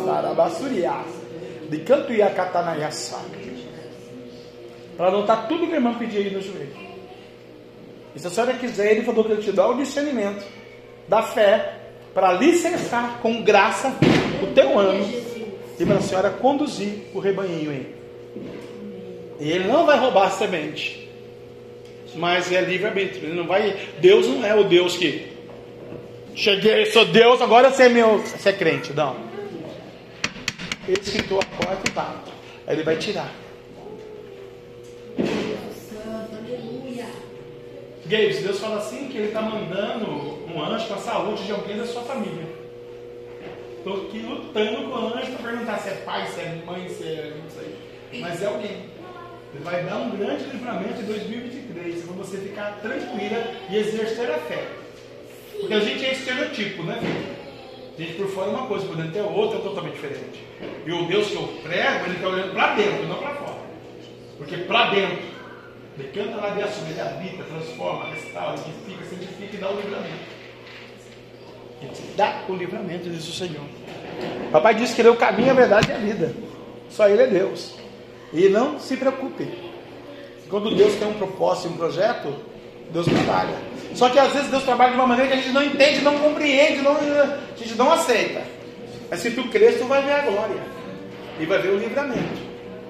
De canto e acatanaiaçá. Para anotar tudo que a irmã pediu aí no joelho. E se a senhora quiser, ele falou que ele te dá o discernimento da fé para licenciar com graça o teu ano e para a senhora conduzir o rebanhinho aí. E ele não vai roubar a semente, mas é livre-arbítrio. Ele não vai. Deus não é o Deus que cheguei, sou Deus, agora você é meu, você é crente. Não. Ele escritou a porta e bate. Aí ele vai tirar. Gabe, Deus fala assim que Ele está mandando um anjo para a saúde de alguém da sua família. Estou aqui lutando com o anjo para perguntar se é pai, se é mãe, se é não sei. Mas é alguém. Ele vai dar um grande livramento em dois mil e vinte e três para você ficar tranquila e exercer a fé. Porque a gente é estereotipo, né, filho? A gente por fora é uma coisa, por dentro é outra, é totalmente diferente. E o Deus que eu prego, Ele está olhando para dentro, não para fora. Porque para dentro Decanta lá de açúcar, ele habita, transforma, restaura, edifica, santifica e dá o livramento. Ele te dá o livramento, diz o Senhor. Papai disse que ele é o caminho, a verdade e a vida. Só ele é Deus. E não se preocupe. Quando Deus tem um propósito, um projeto, Deus trabalha. Só que às vezes Deus trabalha de uma maneira que a gente não entende, não compreende, não, a gente não aceita. Mas se tu cresce, tu vai ver a glória. E vai ver o livramento.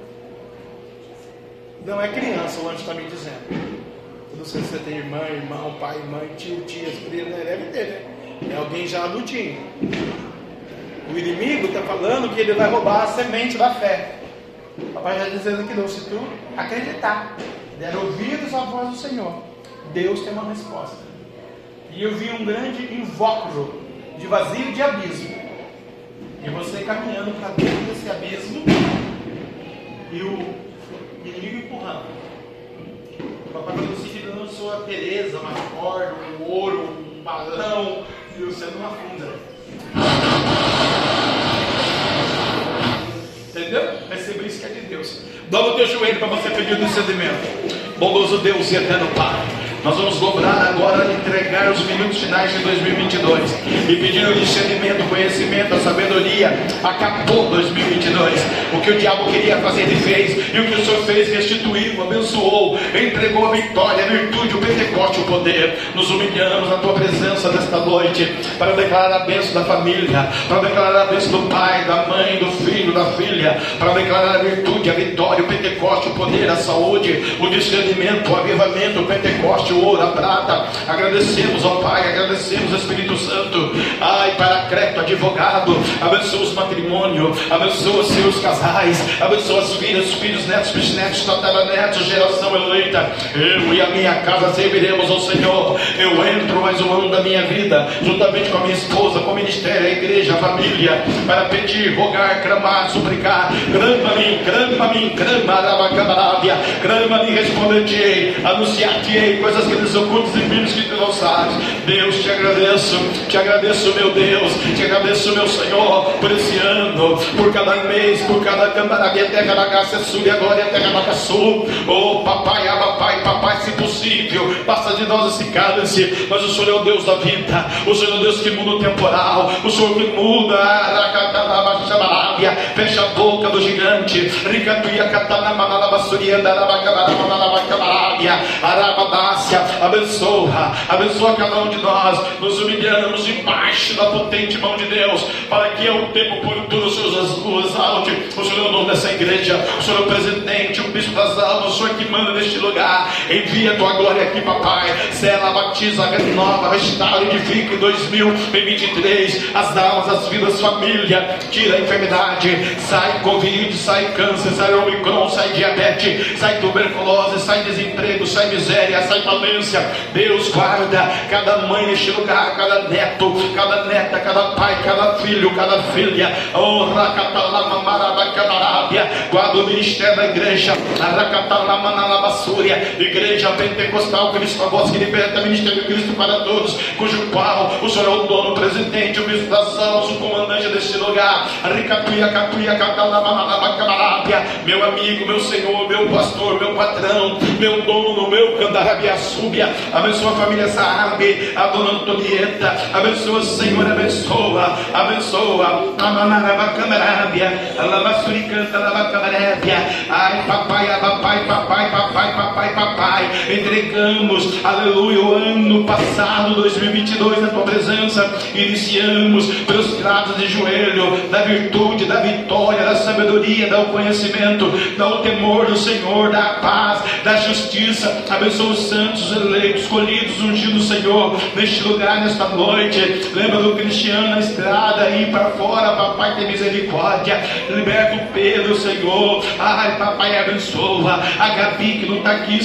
Não é criança, o anjo está me dizendo. Eu não sei se você tem irmã, irmão, pai, mãe, tio, tias, primo, né? Deve ter, né? É alguém já adultinho. O inimigo está falando que ele vai roubar a semente da fé. O papai já dizendo que não, se tu acreditar, der ouvidos à voz do Senhor, Deus tem uma resposta. E eu vi um grande invólucro de vazio de abismo. E você caminhando para dentro desse abismo e o inimigo empurrando. O papai falou assim que eu não sou a Tereza, uma corda, um ouro, um balão, e você não afunda. Entendeu? Receba isso que é de Deus. Dobra o teu joelho para você pedir o discernimento. Bondoso Deus e eterno Pai, nós vamos dobrar agora e entregar os minutos finais de dois mil e vinte e dois e pedir o discernimento, o conhecimento, a sabedoria. Acabou dois mil e vinte e dois. O que o diabo queria fazer, ele fez. E o que o Senhor fez, restituiu, abençoou, entregou a vitória, a virtude, o Pentecoste, o poder. Nos humilhamos na tua presença nesta noite para declarar a bênção da família, para declarar a bênção do pai, da mãe, do filho, da filha, para declarar a virtude, a vitória, o Pentecoste, o poder, a saúde, o discernimento, o avivamento, o Pentecoste, o ouro, a prata. Agradecemos, ó Pai, agradecemos, Espírito Santo. Ai, Paracleto, advogado, abençoa os matrimônios, abençoa seus casais, abençoa as filhas, filhos, netos, bisnetos, tataranetos, geração eleita. Eu e a minha casa serviremos ao Senhor. Eu entro mais um ano da minha vida, juntamente com a minha esposa, com o ministério, a igreja, a família, para pedir, rogar, clamar, suplicar. Crama-me, crama-me, crama, arabacabarábia, crama-me, responder-te-ei, anunciar-te-ei coisas grandes, ocultas e firmes que tu não sabes. Deus, te agradeço, te agradeço, meu Deus, te agradeço, meu Senhor, por esse ano, por cada mês, por cada cambarabia, terra da graça, sul e a glória, terra da caçu. Oh, papai, ah, papai, papai, se possível, passa de nós esse cálice. Mas o Senhor é o Deus da vida, o Senhor é o Deus que muda o temporal, o Senhor que muda, fecha a boca do gigante, ricatuia, catanamana, basurianda, arabacabarabia, arabadácia, abençoa, abençoa cada um de nós. Nos humilhamos debaixo da potente mão de Deus, para que ao tempo oportuno o Senhor exalte. O Senhor é o dono dessa igreja, o Senhor é o presidente, o bispo das almas, o Senhor que manda neste lugar. Envia a tua glória aqui, papai. Sela, batiza, renova, restaura, edifica em dois mil e vinte e três as almas, as vidas, família. Tira a enfermidade, sai Covid, sai câncer, sai Omicron, sai diabetes, sai tuberculose, sai desemprego, sai miséria, sai falência. Deus, guarda cada mãe neste lugar, cada neto, cada neta, cada pai, cada filho, cada filha. Oh, Racatalamarabacamarábia, guarda o ministério da igreja, Racatalamanalabassúria, igreja pentecostal, Cristo, a voz que liberta, ministério Cristo para todos, cujo qual o Senhor é o dono, o presidente, o bispo das almas, o comandante deste lugar. Ricatuia, catuia, catalamanalabacamárábia, meu amigo, meu Senhor, meu pastor, meu patrão, meu dono, meu candarabiaçúbia. Abençoa a família Saabe, a dona Antonieta, abençoa, Senhor, abençoa, abençoa, amanarabacamárábia, alamassuricanta, alabacamárábia. Ai, papai, papai, papai, papai, papai, papai, entregamos, aleluia, o ano passado, dois mil e vinte e dois, na tua presença, iniciamos prostrados de joelho, da virtude, da vitória, da sabedoria, do conhecimento, do temor do Senhor, da paz, da justiça. Abençoa os santos, os eleitos, escolhidos, ungidos, Senhor, neste lugar, nesta noite. Lembra do Cristiano na estrada, aí para fora, papai, tem misericórdia. Liberta o Pedro, Senhor. Ai, papai, abençoa a Gabi que não está aqui, Senhor,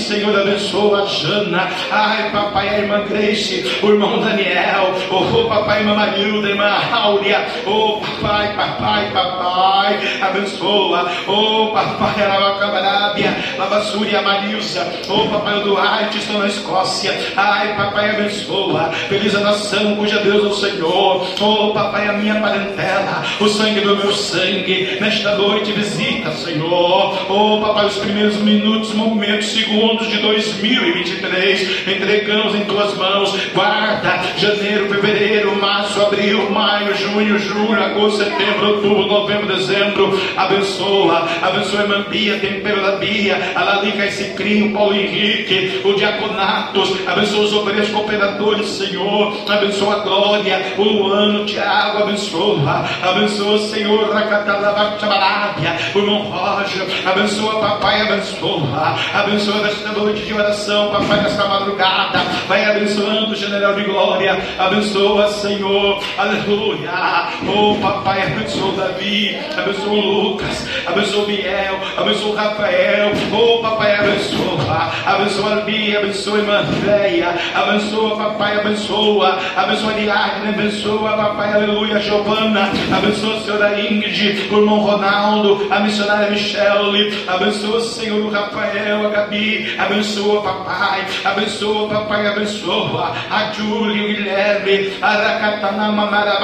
abençoa a Jana, ai papai, a irmã Grace, o irmão Daniel, oh papai, a irmã Marilda, a irmã Áurea, oh papai, papai, papai, abençoa, oh papai, Arabacabarábia, Labassúria, Marilza, oh papai, o Duarte, estão na Escócia, ai papai, abençoa, feliz a nação cuja Deus é o Senhor, oh papai, a minha parentela, o sangue do meu sangue, nesta noite visita, Senhor, oh papai, os primeiros minutos, momentos, segundos de dois mil e vinte e três, entregamos em tuas mãos, guarda, janeiro, fevereiro, março, abril, maio, junho, julho, agosto, setembro, outubro, novembro, dezembro, abençoa, abençoa a irmã Bia, tempero da Bia, a Lalica, esse crinho, Paulo Henrique, o diaconatos, abençoa os obreiros cooperadores, Senhor, abençoa a Glória, o Luano, o Tiago, abençoa, abençoa, Senhor, Racatalabacabarábia, o irmão Roger, abençoa, papai, abençoa, abençoa desta noite de oração, papai, nesta madrugada, vai abençoando o general de glória, abençoa, Senhor, aleluia, oh papai, abençoa o Davi, abençoa o Lucas, abençoa o Biel, abençoa o Rafael, oh papai, abençoa, abençoa a Bia, abençoa a irmã Andréia, abençoa, papai, abençoa, abençoa a Diácono, abençoa, papai, aleluia, Giovana, abençoa a senhora Ingrid, o irmão Ronaldo, a missionária Michele, abençoa, Senhor, o Rafael, a Gabi, abençoa, papai, abençoa, papai, abençoa a Júlia, o Guilherme, a Racatanama,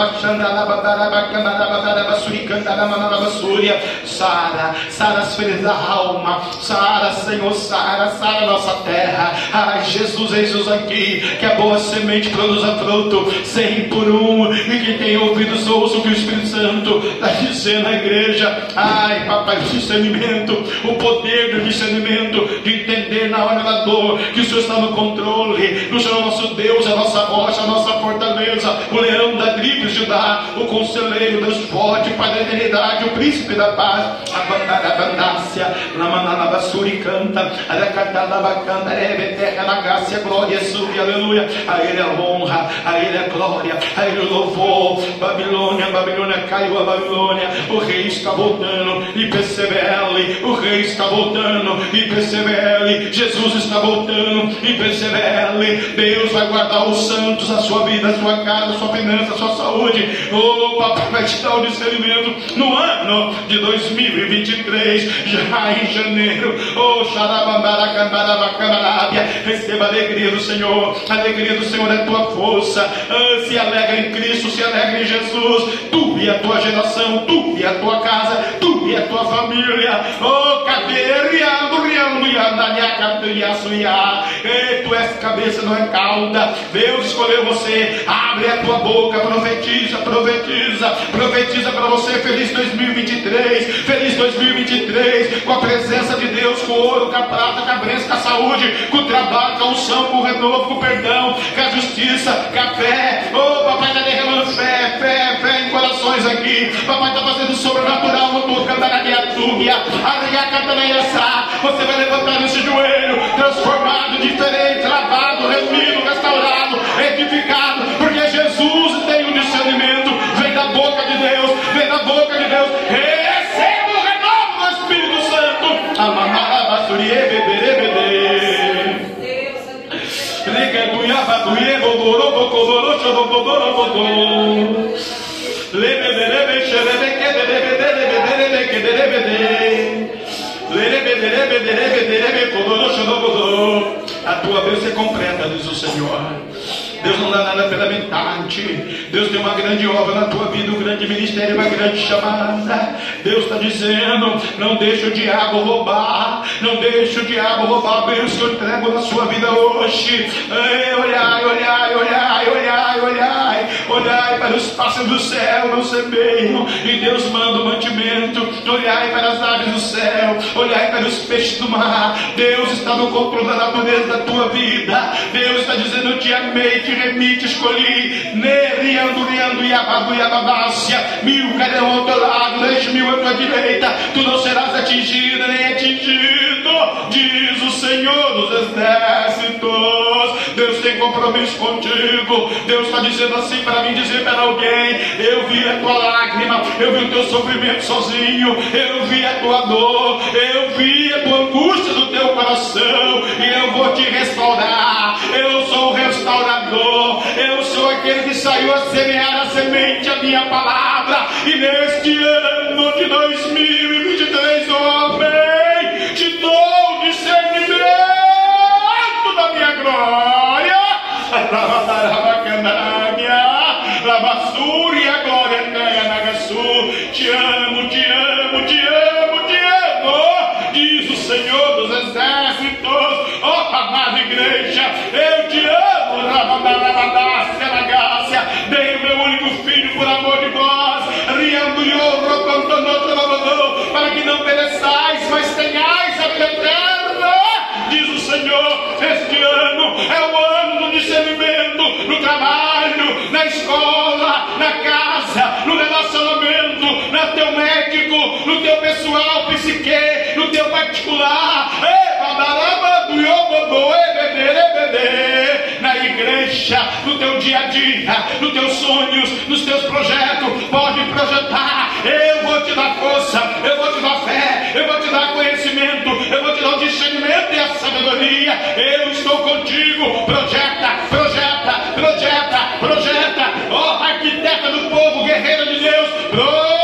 Marabaxandarababarabasuricantaramanabasúria, Sara, Sara as feridas da alma, Sara, Senhor, Sara, Sara nossa terra, ai Jesus, eis-nos aqui, que a boa semente produza fruto, cem por um, e quem tem ouvidos ouça o que o Espírito Santo está dizendo na igreja, ai papai, o discernimento, o poder do discernimento, de entender na hora da dor, que o Senhor está no controle, o Senhor é nosso Deus, a nossa rocha, a nossa fortaleza, o leão da tribo de Judá, o conselheiro, Deus forte, Pai da eternidade, o príncipe da paz, a bandácia, na manalabasuri canta, a recatalabacanta, a rebeteca, na graça, a glória, sube, aleluia, a ele a honra, a ele a glória, a ele o louvor, Babilônia, Babilônia caiu a Babilônia, o rei está voltando, e persevere, o rei está voltando, e persevere, Jesus está voltando, e persevere, Deus vai guardar os santos, a sua vida, a sua casa, a sua finança, a sua saúde, oh papai, vai te dar o discernimento, no ano de dois mil e vinte e três, já em janeiro, oh xarabambaracandarabacanarábia, receba a alegria do Senhor, a alegria do Senhor é a tua força, ah, se alegra em Cristo, se alegra em Jesus, tu e a tua geração, tu e a tua casa, tu e a tua família, oh caderiando, riando, e tu és cabeça, não é cauda, Deus escolheu você, abre a tua boca, profetiza, profetiza, profetiza para você, feliz dois mil e vinte e três, feliz dois mil e vinte e três, com a presença de Deus, com o ouro, com a prata, com a bênção, com a saúde, com o trabalho, com a unção, com o renovo, com o perdão, com a justiça, com a fé, oh papai está derramando fé, fé, fé em corações aqui, papai está fazendo sobrenatural no teu cantaraniatúbia, você vai levantar esse joelho, transformado, diferente, lavado, remido, restaurado, edificado, porque Jesus tem um discernimento, vem da boca de Deus, vem da boca de Deus, receba o renovo do Espírito Santo, Amamarabasturie, bebê, bebê. A tua bênção é completa, diz o Senhor. Deus não dá nada pela metade. Deus tem uma grande obra na tua vida, um grande ministério, uma grande chamada. Deus está dizendo: não deixe o diabo roubar, não deixe o diabo roubar a bênção que eu entrego na sua vida hoje. Ei, olhai, olhai, olhai, olhai, olhai, olhai para os pássaros do céu, não semeiam, e Deus manda o mantimento. Olhai para as aves do céu, olhai para os peixes do mar. Deus está no controle da natureza da tua vida. Deus está dizendo: eu te amei, te remi, te escolhi. Neriando, riando, iababu, iababácia. Mil cairão ao teu lado, dez mil à tua direita. Tu não serás atingido nem atingido, diz o Senhor dos exércitos. Deus tem compromisso contigo. Deus está dizendo assim para mim, dizer para alguém: eu vi a tua lágrima, eu vi o teu sofrimento sozinho, eu vi a tua dor, eu vi a tua angústia do teu coração, e eu vou te restaurar. Eu sou o restaurador. Eu sou aquele que saiu a semear a semente, a minha palavra. E neste ano de dois mil e vinte e três, homem, te dou discernimento da minha glória. Lavassúria, glória, te amo, te amo, te amo, te amo, diz o Senhor dos Exércitos. Ó, amada igreja, eu te amo. Rabadarácia, Gácia, dei o meu único filho por amor de vós, para que não pereçais, mas tenhais a vida eterna, diz o Senhor. Este ano é o ano do discernimento, no trabalho, na escola, na casa, no relacionamento, no teu médico, no teu pessoal, psique, no teu particular, na igreja, no teu dia a dia, nos teus sonhos, nos teus projetos. Pode projetar. Eu vou te dar força, eu vou te dar fé, eu vou te dar conhecimento, eu vou te dar o discernimento e a sabedoria. Eu estou contigo. Projeta, projeta, projeta, projeta. Ó, oh, arquiteta do povo, guerreira de Deus, projeta.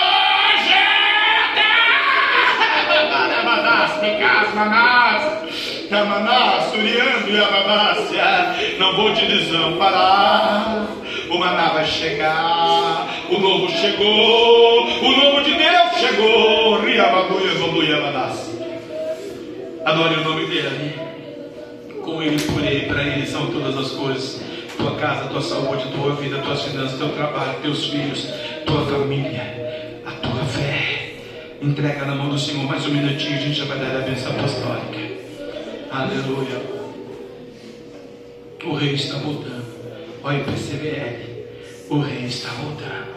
Não vou te desamparar. O maná vai chegar. O novo chegou. O novo de Deus chegou. Adore o nome dele. Com ele, por ele, para ele são todas as coisas. Tua casa, tua saúde, tua vida, tuas finanças, teu trabalho, teus filhos, tua família, a tua fé. Entrega na mão do Senhor. Mais um minutinho, a gente já vai dar a bênção apostólica. Aleluia. O rei está voltando. Olha para C B L. O rei está voltando.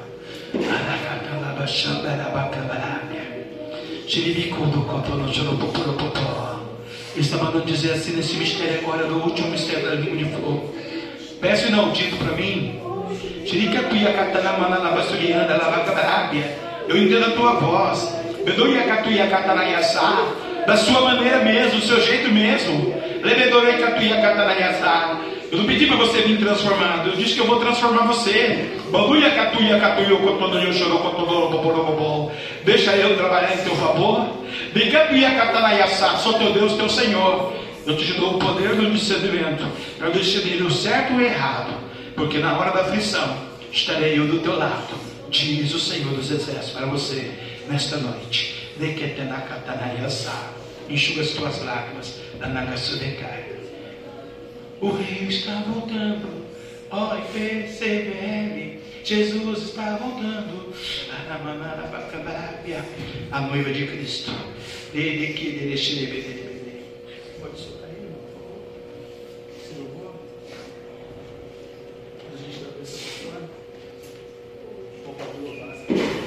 Ele está mandando dizer assim nesse mistério agora, no último mistério da língua de fogo. Peço inaudito para mim. Eu entendo a tua voz. Da sua maneira mesmo, do seu jeito mesmo. Eu não pedi para você vir transformado. Eu disse que eu vou transformar você. Deixa eu trabalhar em teu favor. Sou teu Deus, teu Senhor. Eu te dou o poder do discernimento para decidir o certo e o errado. Porque na hora da aflição estarei eu do teu lado, diz o Senhor dos Exércitos para você nesta noite. Enxuga as tuas lágrimas. O rei está voltando. Oi, P C B L. Jesus está voltando. A noiva de Cristo. Pode soltar aí, por favor. Se louvor. A gente está pensando. Por favor, faça.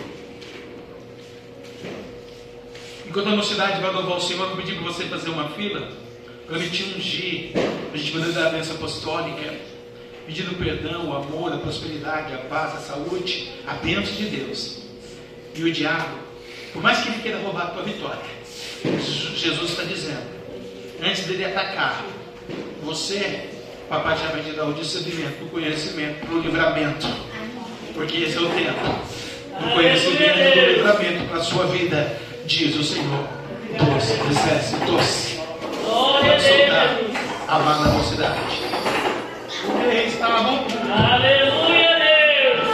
Enquanto a mocidade vai louvar o Senhor, eu pedi para você fazer uma fila para me te ungir, para a gente poder dar a bênção apostólica, pedindo perdão, o amor, a prosperidade, a paz, a saúde, a bênção de Deus. E o diabo, por mais que ele queira roubar a tua vitória, Jesus está dizendo, antes dele atacar você, papai já vai te dar o discernimento, o conhecimento, o livramento, porque esse é o tempo, o conhecimento do livramento para a sua vida, diz o Senhor. Doce, desce, doce. Pode soltar a mão na mocidade. O rei está voltando. Aleluia, Deus.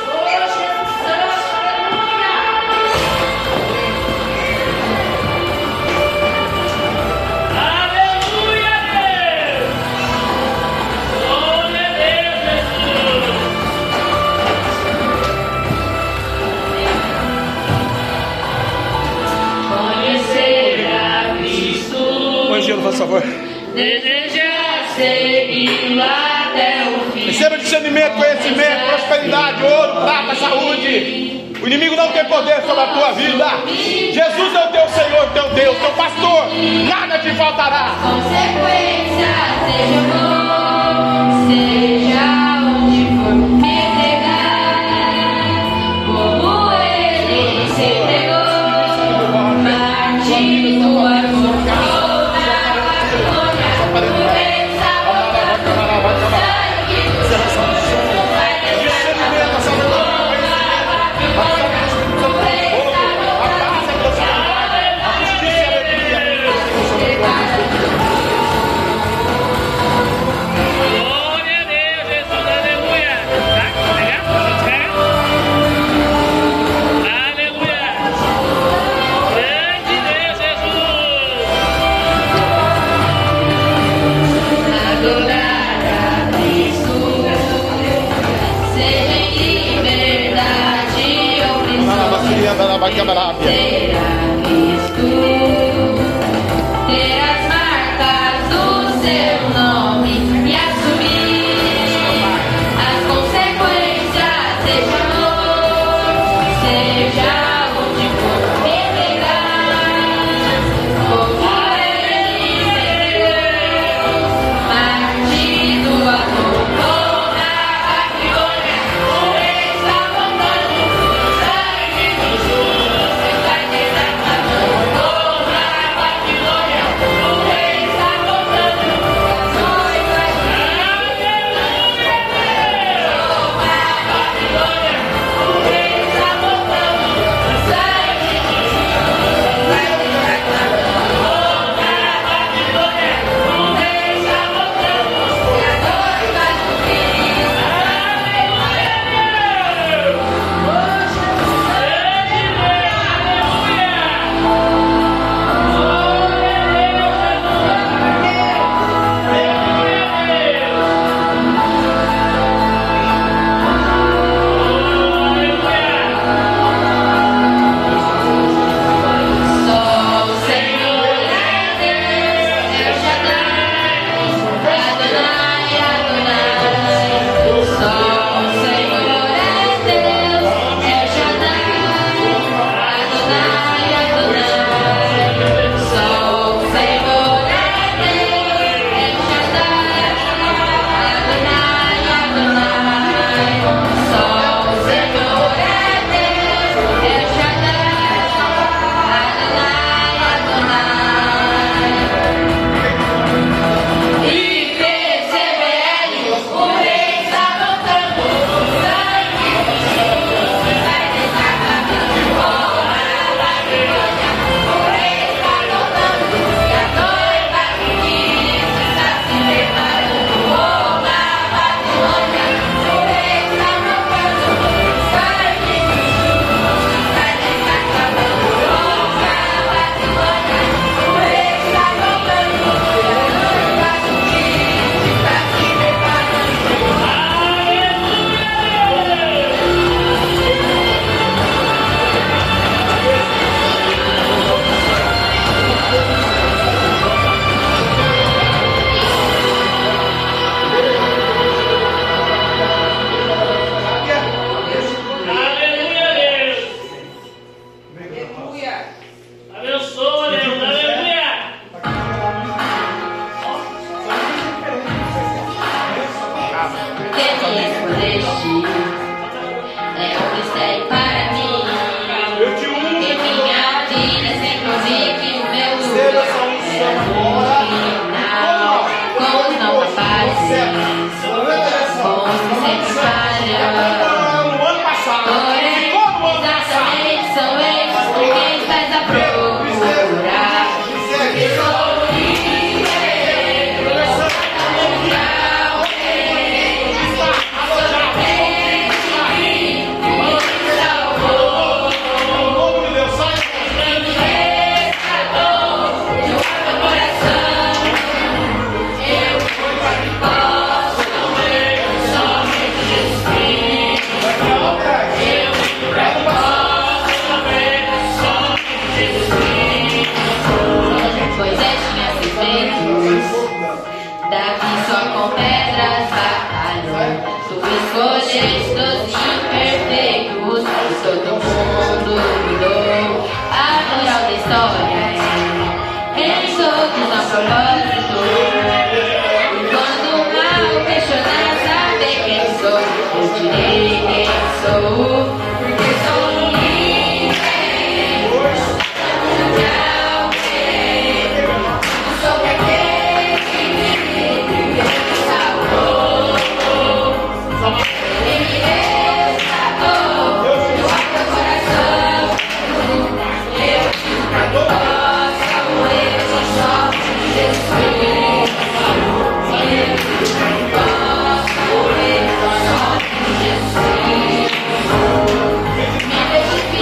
Aleluia, Deus. Glória a Deus, Jesus. Conhecer a Cristo. Põe gelo, por favor. Desejar segui-lo até o fim. Receba discernimento, conhecimento, prosperidade, ouro, prata, saúde. O inimigo não tem poder sobre a tua vida. Jesus é o teu Senhor, teu Deus, teu pastor. Nada te faltará. Consequência, seja bom, seja onde for, me entregar, como ele se entregou, parte do amor, voltar a glória. será visto, ter as marcas do seu nome e assumir as consequências, seja amor, seja onde for me entregar, como ele se entregou, Marte do amor, toda a Babilônia, o rei está voltando, o sangue dos justos vai desacabando, toda a Babilônia, o rei está voltando, as noivas de toda a Babilônia, o rei está voltando, o sangue dos justos vai desacabando, toda a Babilônia, o rei está voltando, e as noivas do Cristo, só o Senhor é Deus, El Shaddai, Adonai, Adonai. Só o Senhor é Deus, El Shaddai, Adonai, Adonai. Só o Senhor é Deus, El Shaddai, Adonai, Adonai. Só o Senhor é Deus, El Shaddai, Adonai, Adonai. E P C B L, o rei está voltando, o sangue dos justos vai desacabando, toda a Babilônia, o rei está voltando, e a noiva do Cristo está se preparando, toda a Babilônia, o rei está voltando, o sangue dos justos vai desacabando, toda a Babilônia, o rei está voltando, e a noiva do Cristo está se preparando. Aleluia, Deus. Abençoa, Deus. Aleluia. Feliz por este é um mistério para mim. Eu te unjo Em minha vida sempre ouvi que o meu Esteja lugar essa é unção no agora. final. Com os não capazes, com os que sempre falham. No ano passado. Porém, Ficou no ano passado. exatamente são eles por quem faz a procurar. Porque sou livre, Moisés tinha seus feitos, Davi só com pedras batalhou. Tu escolheste os imperfeitos, e todo mundo mudou. A moral da história é: em todos há propósito. E quando o mal questionar, saber quem sou, eu direi quem sou, porque sou livre. Sobre aquele que me salvou, ele me resgatou, eu abro o coração, eu te posso, eu só Jesus, eu posso, eu só Jesus, me deixe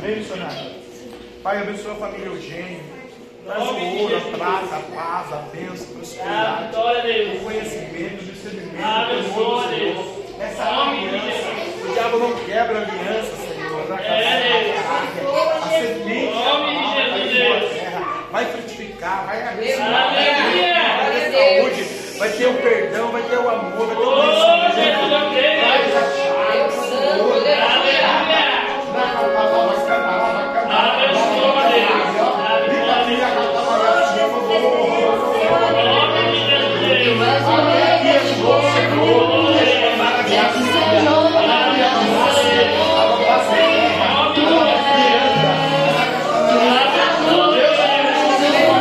Amém, missionário? Pai, abençoa a família Eugênio. Traz o ouro, a prata, a paz, a bênção, a prosperidade, o conhecimento, o discernimento, o temor do Senhor. Essa aliança, o diabo não quebra a aliança, Senhor. A semente da terra vai frutificar, vai abençoar, vai ter saúde, vai ter o perdão, vai ter o amor, vai ter o conhecimento. Traz a chave, Senhor.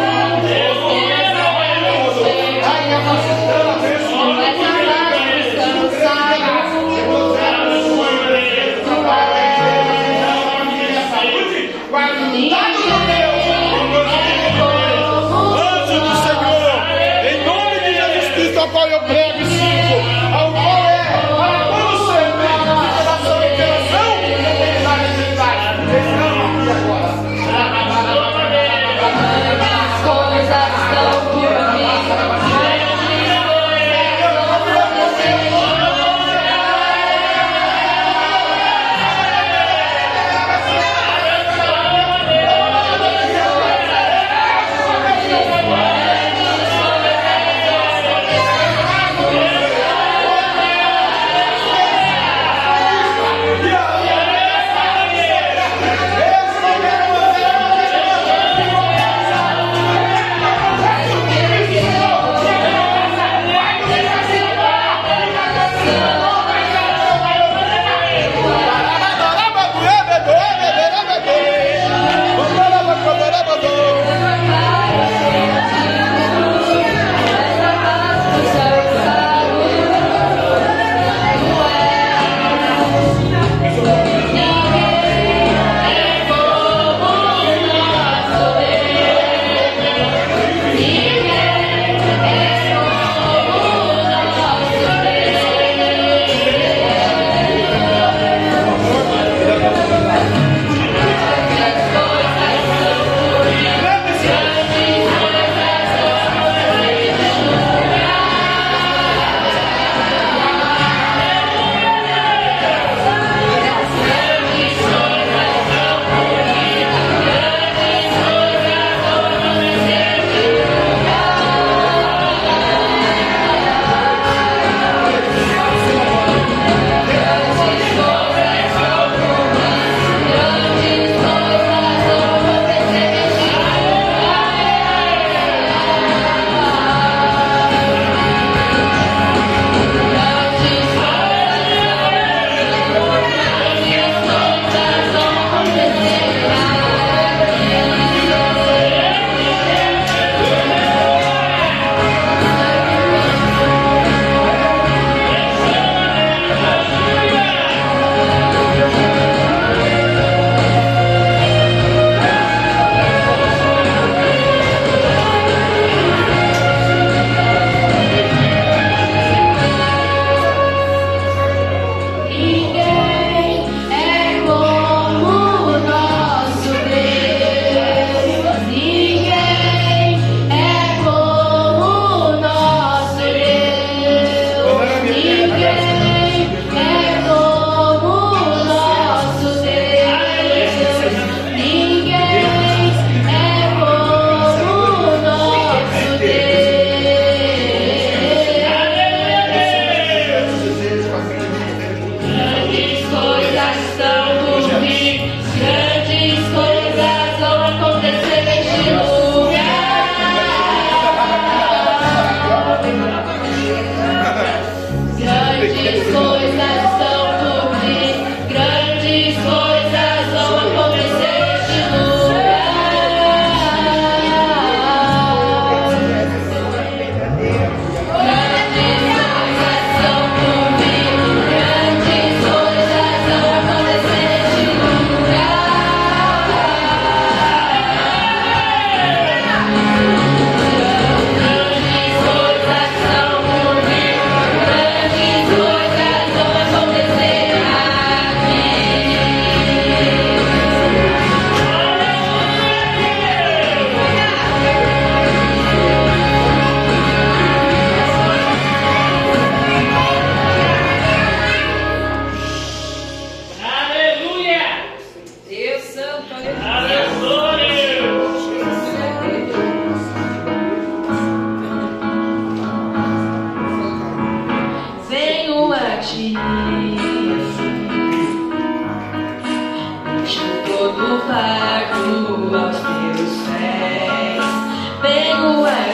Deus,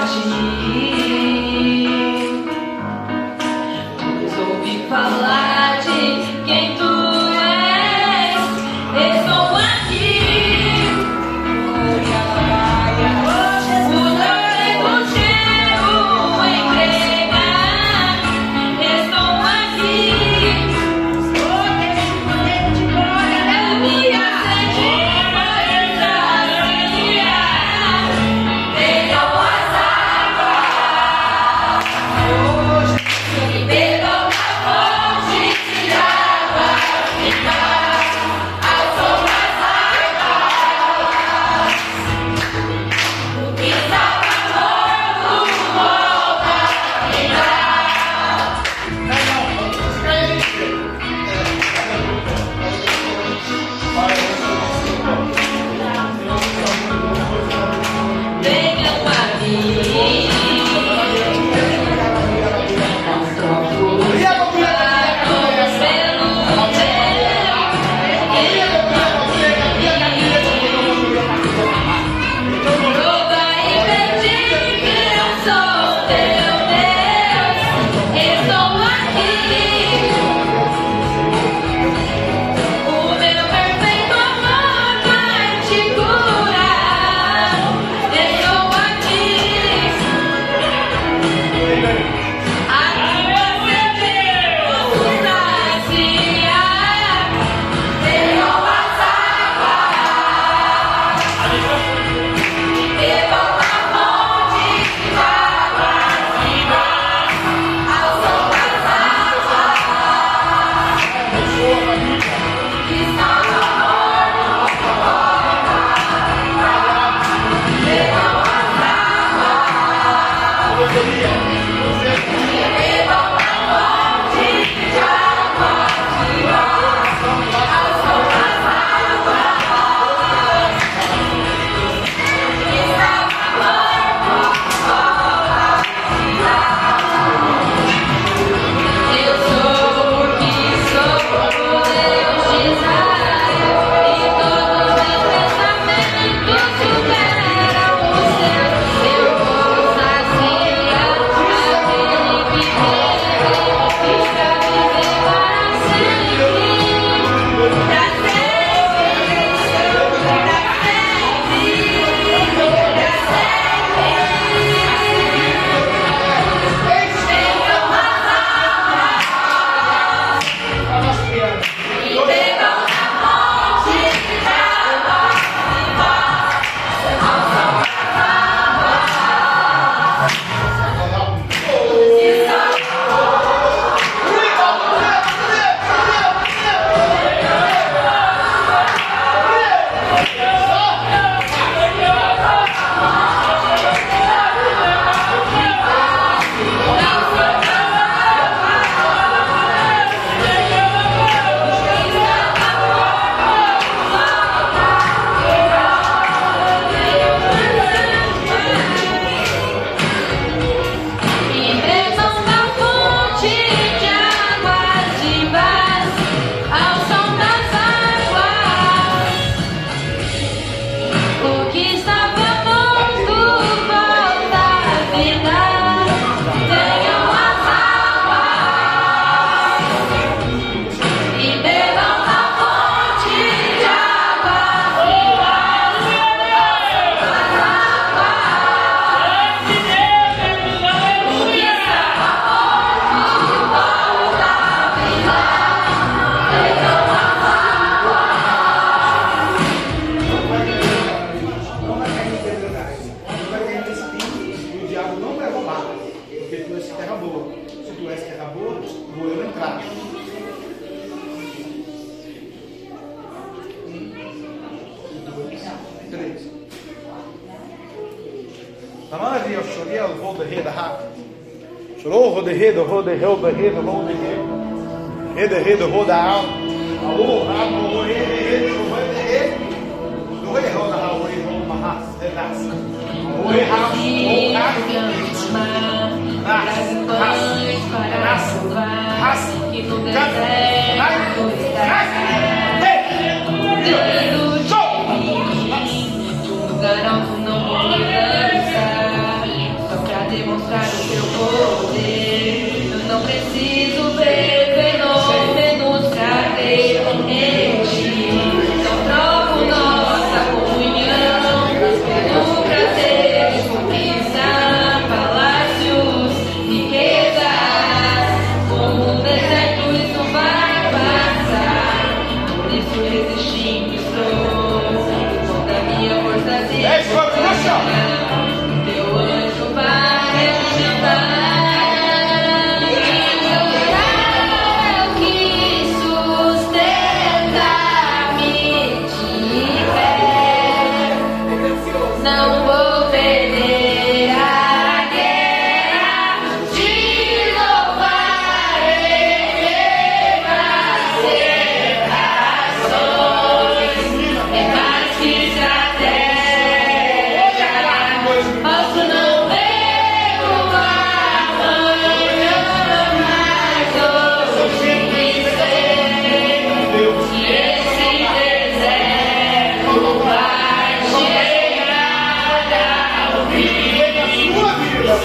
hold the head high. Hold the head, hold the head, hold the head, hold the head. Head the head, hold the out. Hold the head, hold the head, hold the head. The way hold the house, way hold my house. That's way house, hold house.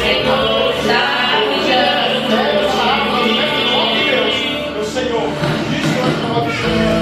Senhor está cuidando de mim. Meu Senhor, diz que nós não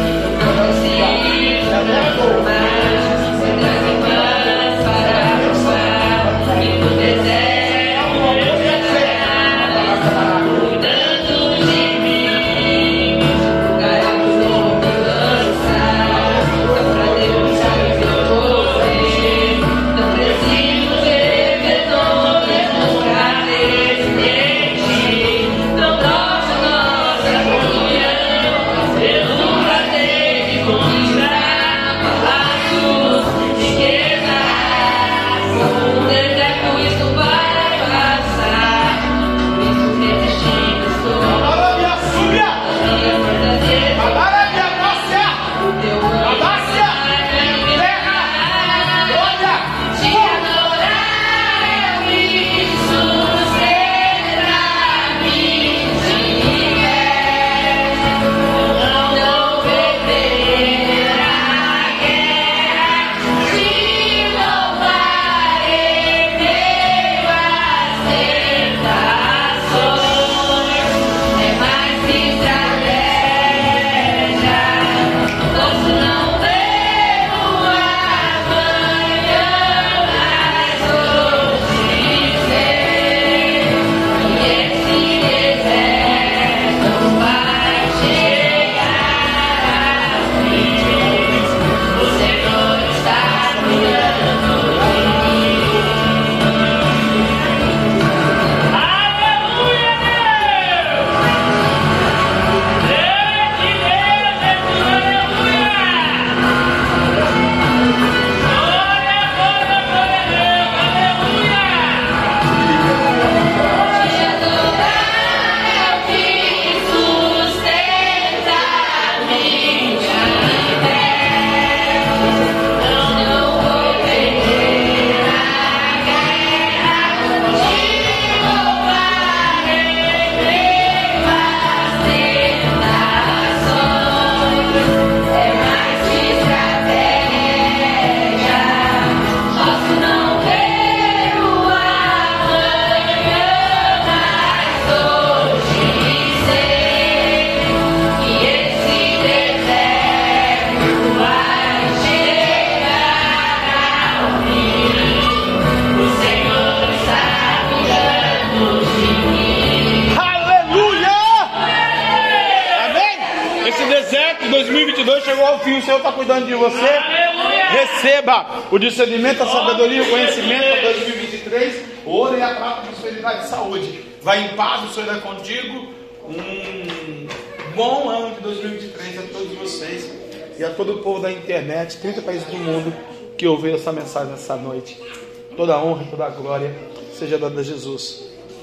chegou ao fim, o Senhor está cuidando de você. Aleluia. Receba o discernimento, a sabedoria, o conhecimento para dois mil e vinte e três. O ouro e a prata, prosperidade e saúde. Vai em paz, o Senhor é contigo. Um bom ano de dois mil e vinte e três a todos vocês e a todo o povo da internet, trinta países do mundo que ouviram essa mensagem nessa noite. Toda a honra e toda a glória seja dada a Jesus.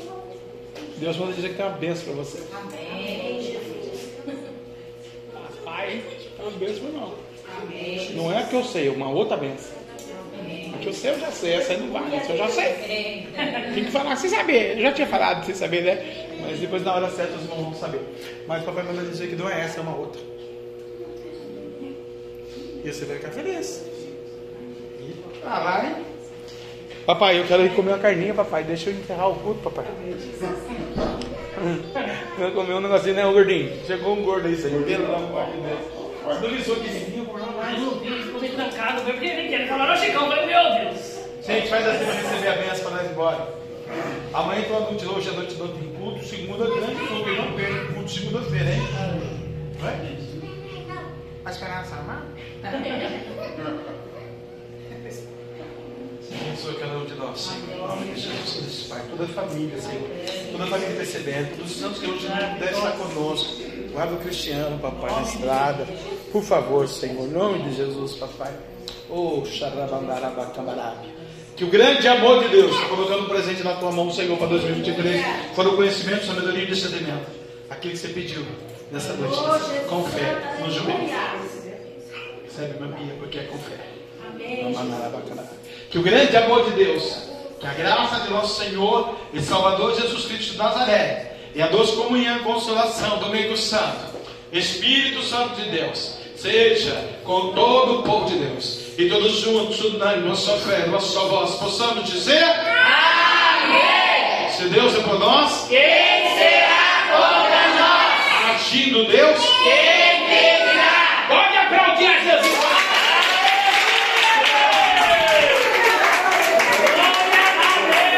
Deus manda dizer que tem uma bênção para você. Amém. Pai, é uma bênção não. Amém. Não é a que eu sei, é uma outra bênção. A que eu sei, eu já sei. Essa aí não vale, essa eu já sei. Tem que falar sem saber. Eu já tinha falado sem saber, né? Mas depois na hora certa os irmãos vão saber. Mas o papai manda dizer que não é essa, é uma outra. E você vai ficar feliz. Ah, vai. Papai, eu quero ir comer uma carninha, papai. Deixa eu enterrar o culto, papai. Eu comi um negocinho, né, gordinho? Chegou um gordo aí, Senhor. Pelo amor de Deus. Não lisou que vinho, por não mais. Eu vi, ficou meio trancado, porque ele quer falar no Chicão. Falei, meu Deus. Gente, faz assim para receber a bênção para nós ir embora. Amanhã tem uma noite de hoje, a noite do tem culto. Segunda, grande culto. Não perca culto segunda-feira, hein? Vai? Vai esperar essa armada? Abençoe cada um de nós, Senhor. Em nome de Jesus, Pai. Toda a família, Senhor. Toda a família percebendo. Todos os santos que hoje não puderam estar conosco. Guarda o Cristiano, papai, na estrada. Por favor, Senhor. Em nome de Jesus, papai. Oh, xarabandarabacamarabi. Que o grande amor de Deus está colocando um presente na tua mão, Senhor, para dois mil e vinte e três. For o conhecimento, sabedoria e discernimento. Aquilo que você pediu nessa noite. Com fé, no joelho. Recebe, minha Bia, porque é com fé. Que o grande amor de Deus, que a graça de nosso Senhor e Salvador Jesus Cristo de Nazaré, e a doce comunhão e consolação do meio do Santo, Espírito Santo de Deus, seja com todo o povo de Deus, e todos juntos, unânimes, uma só fé, uma só voz, possamos dizer...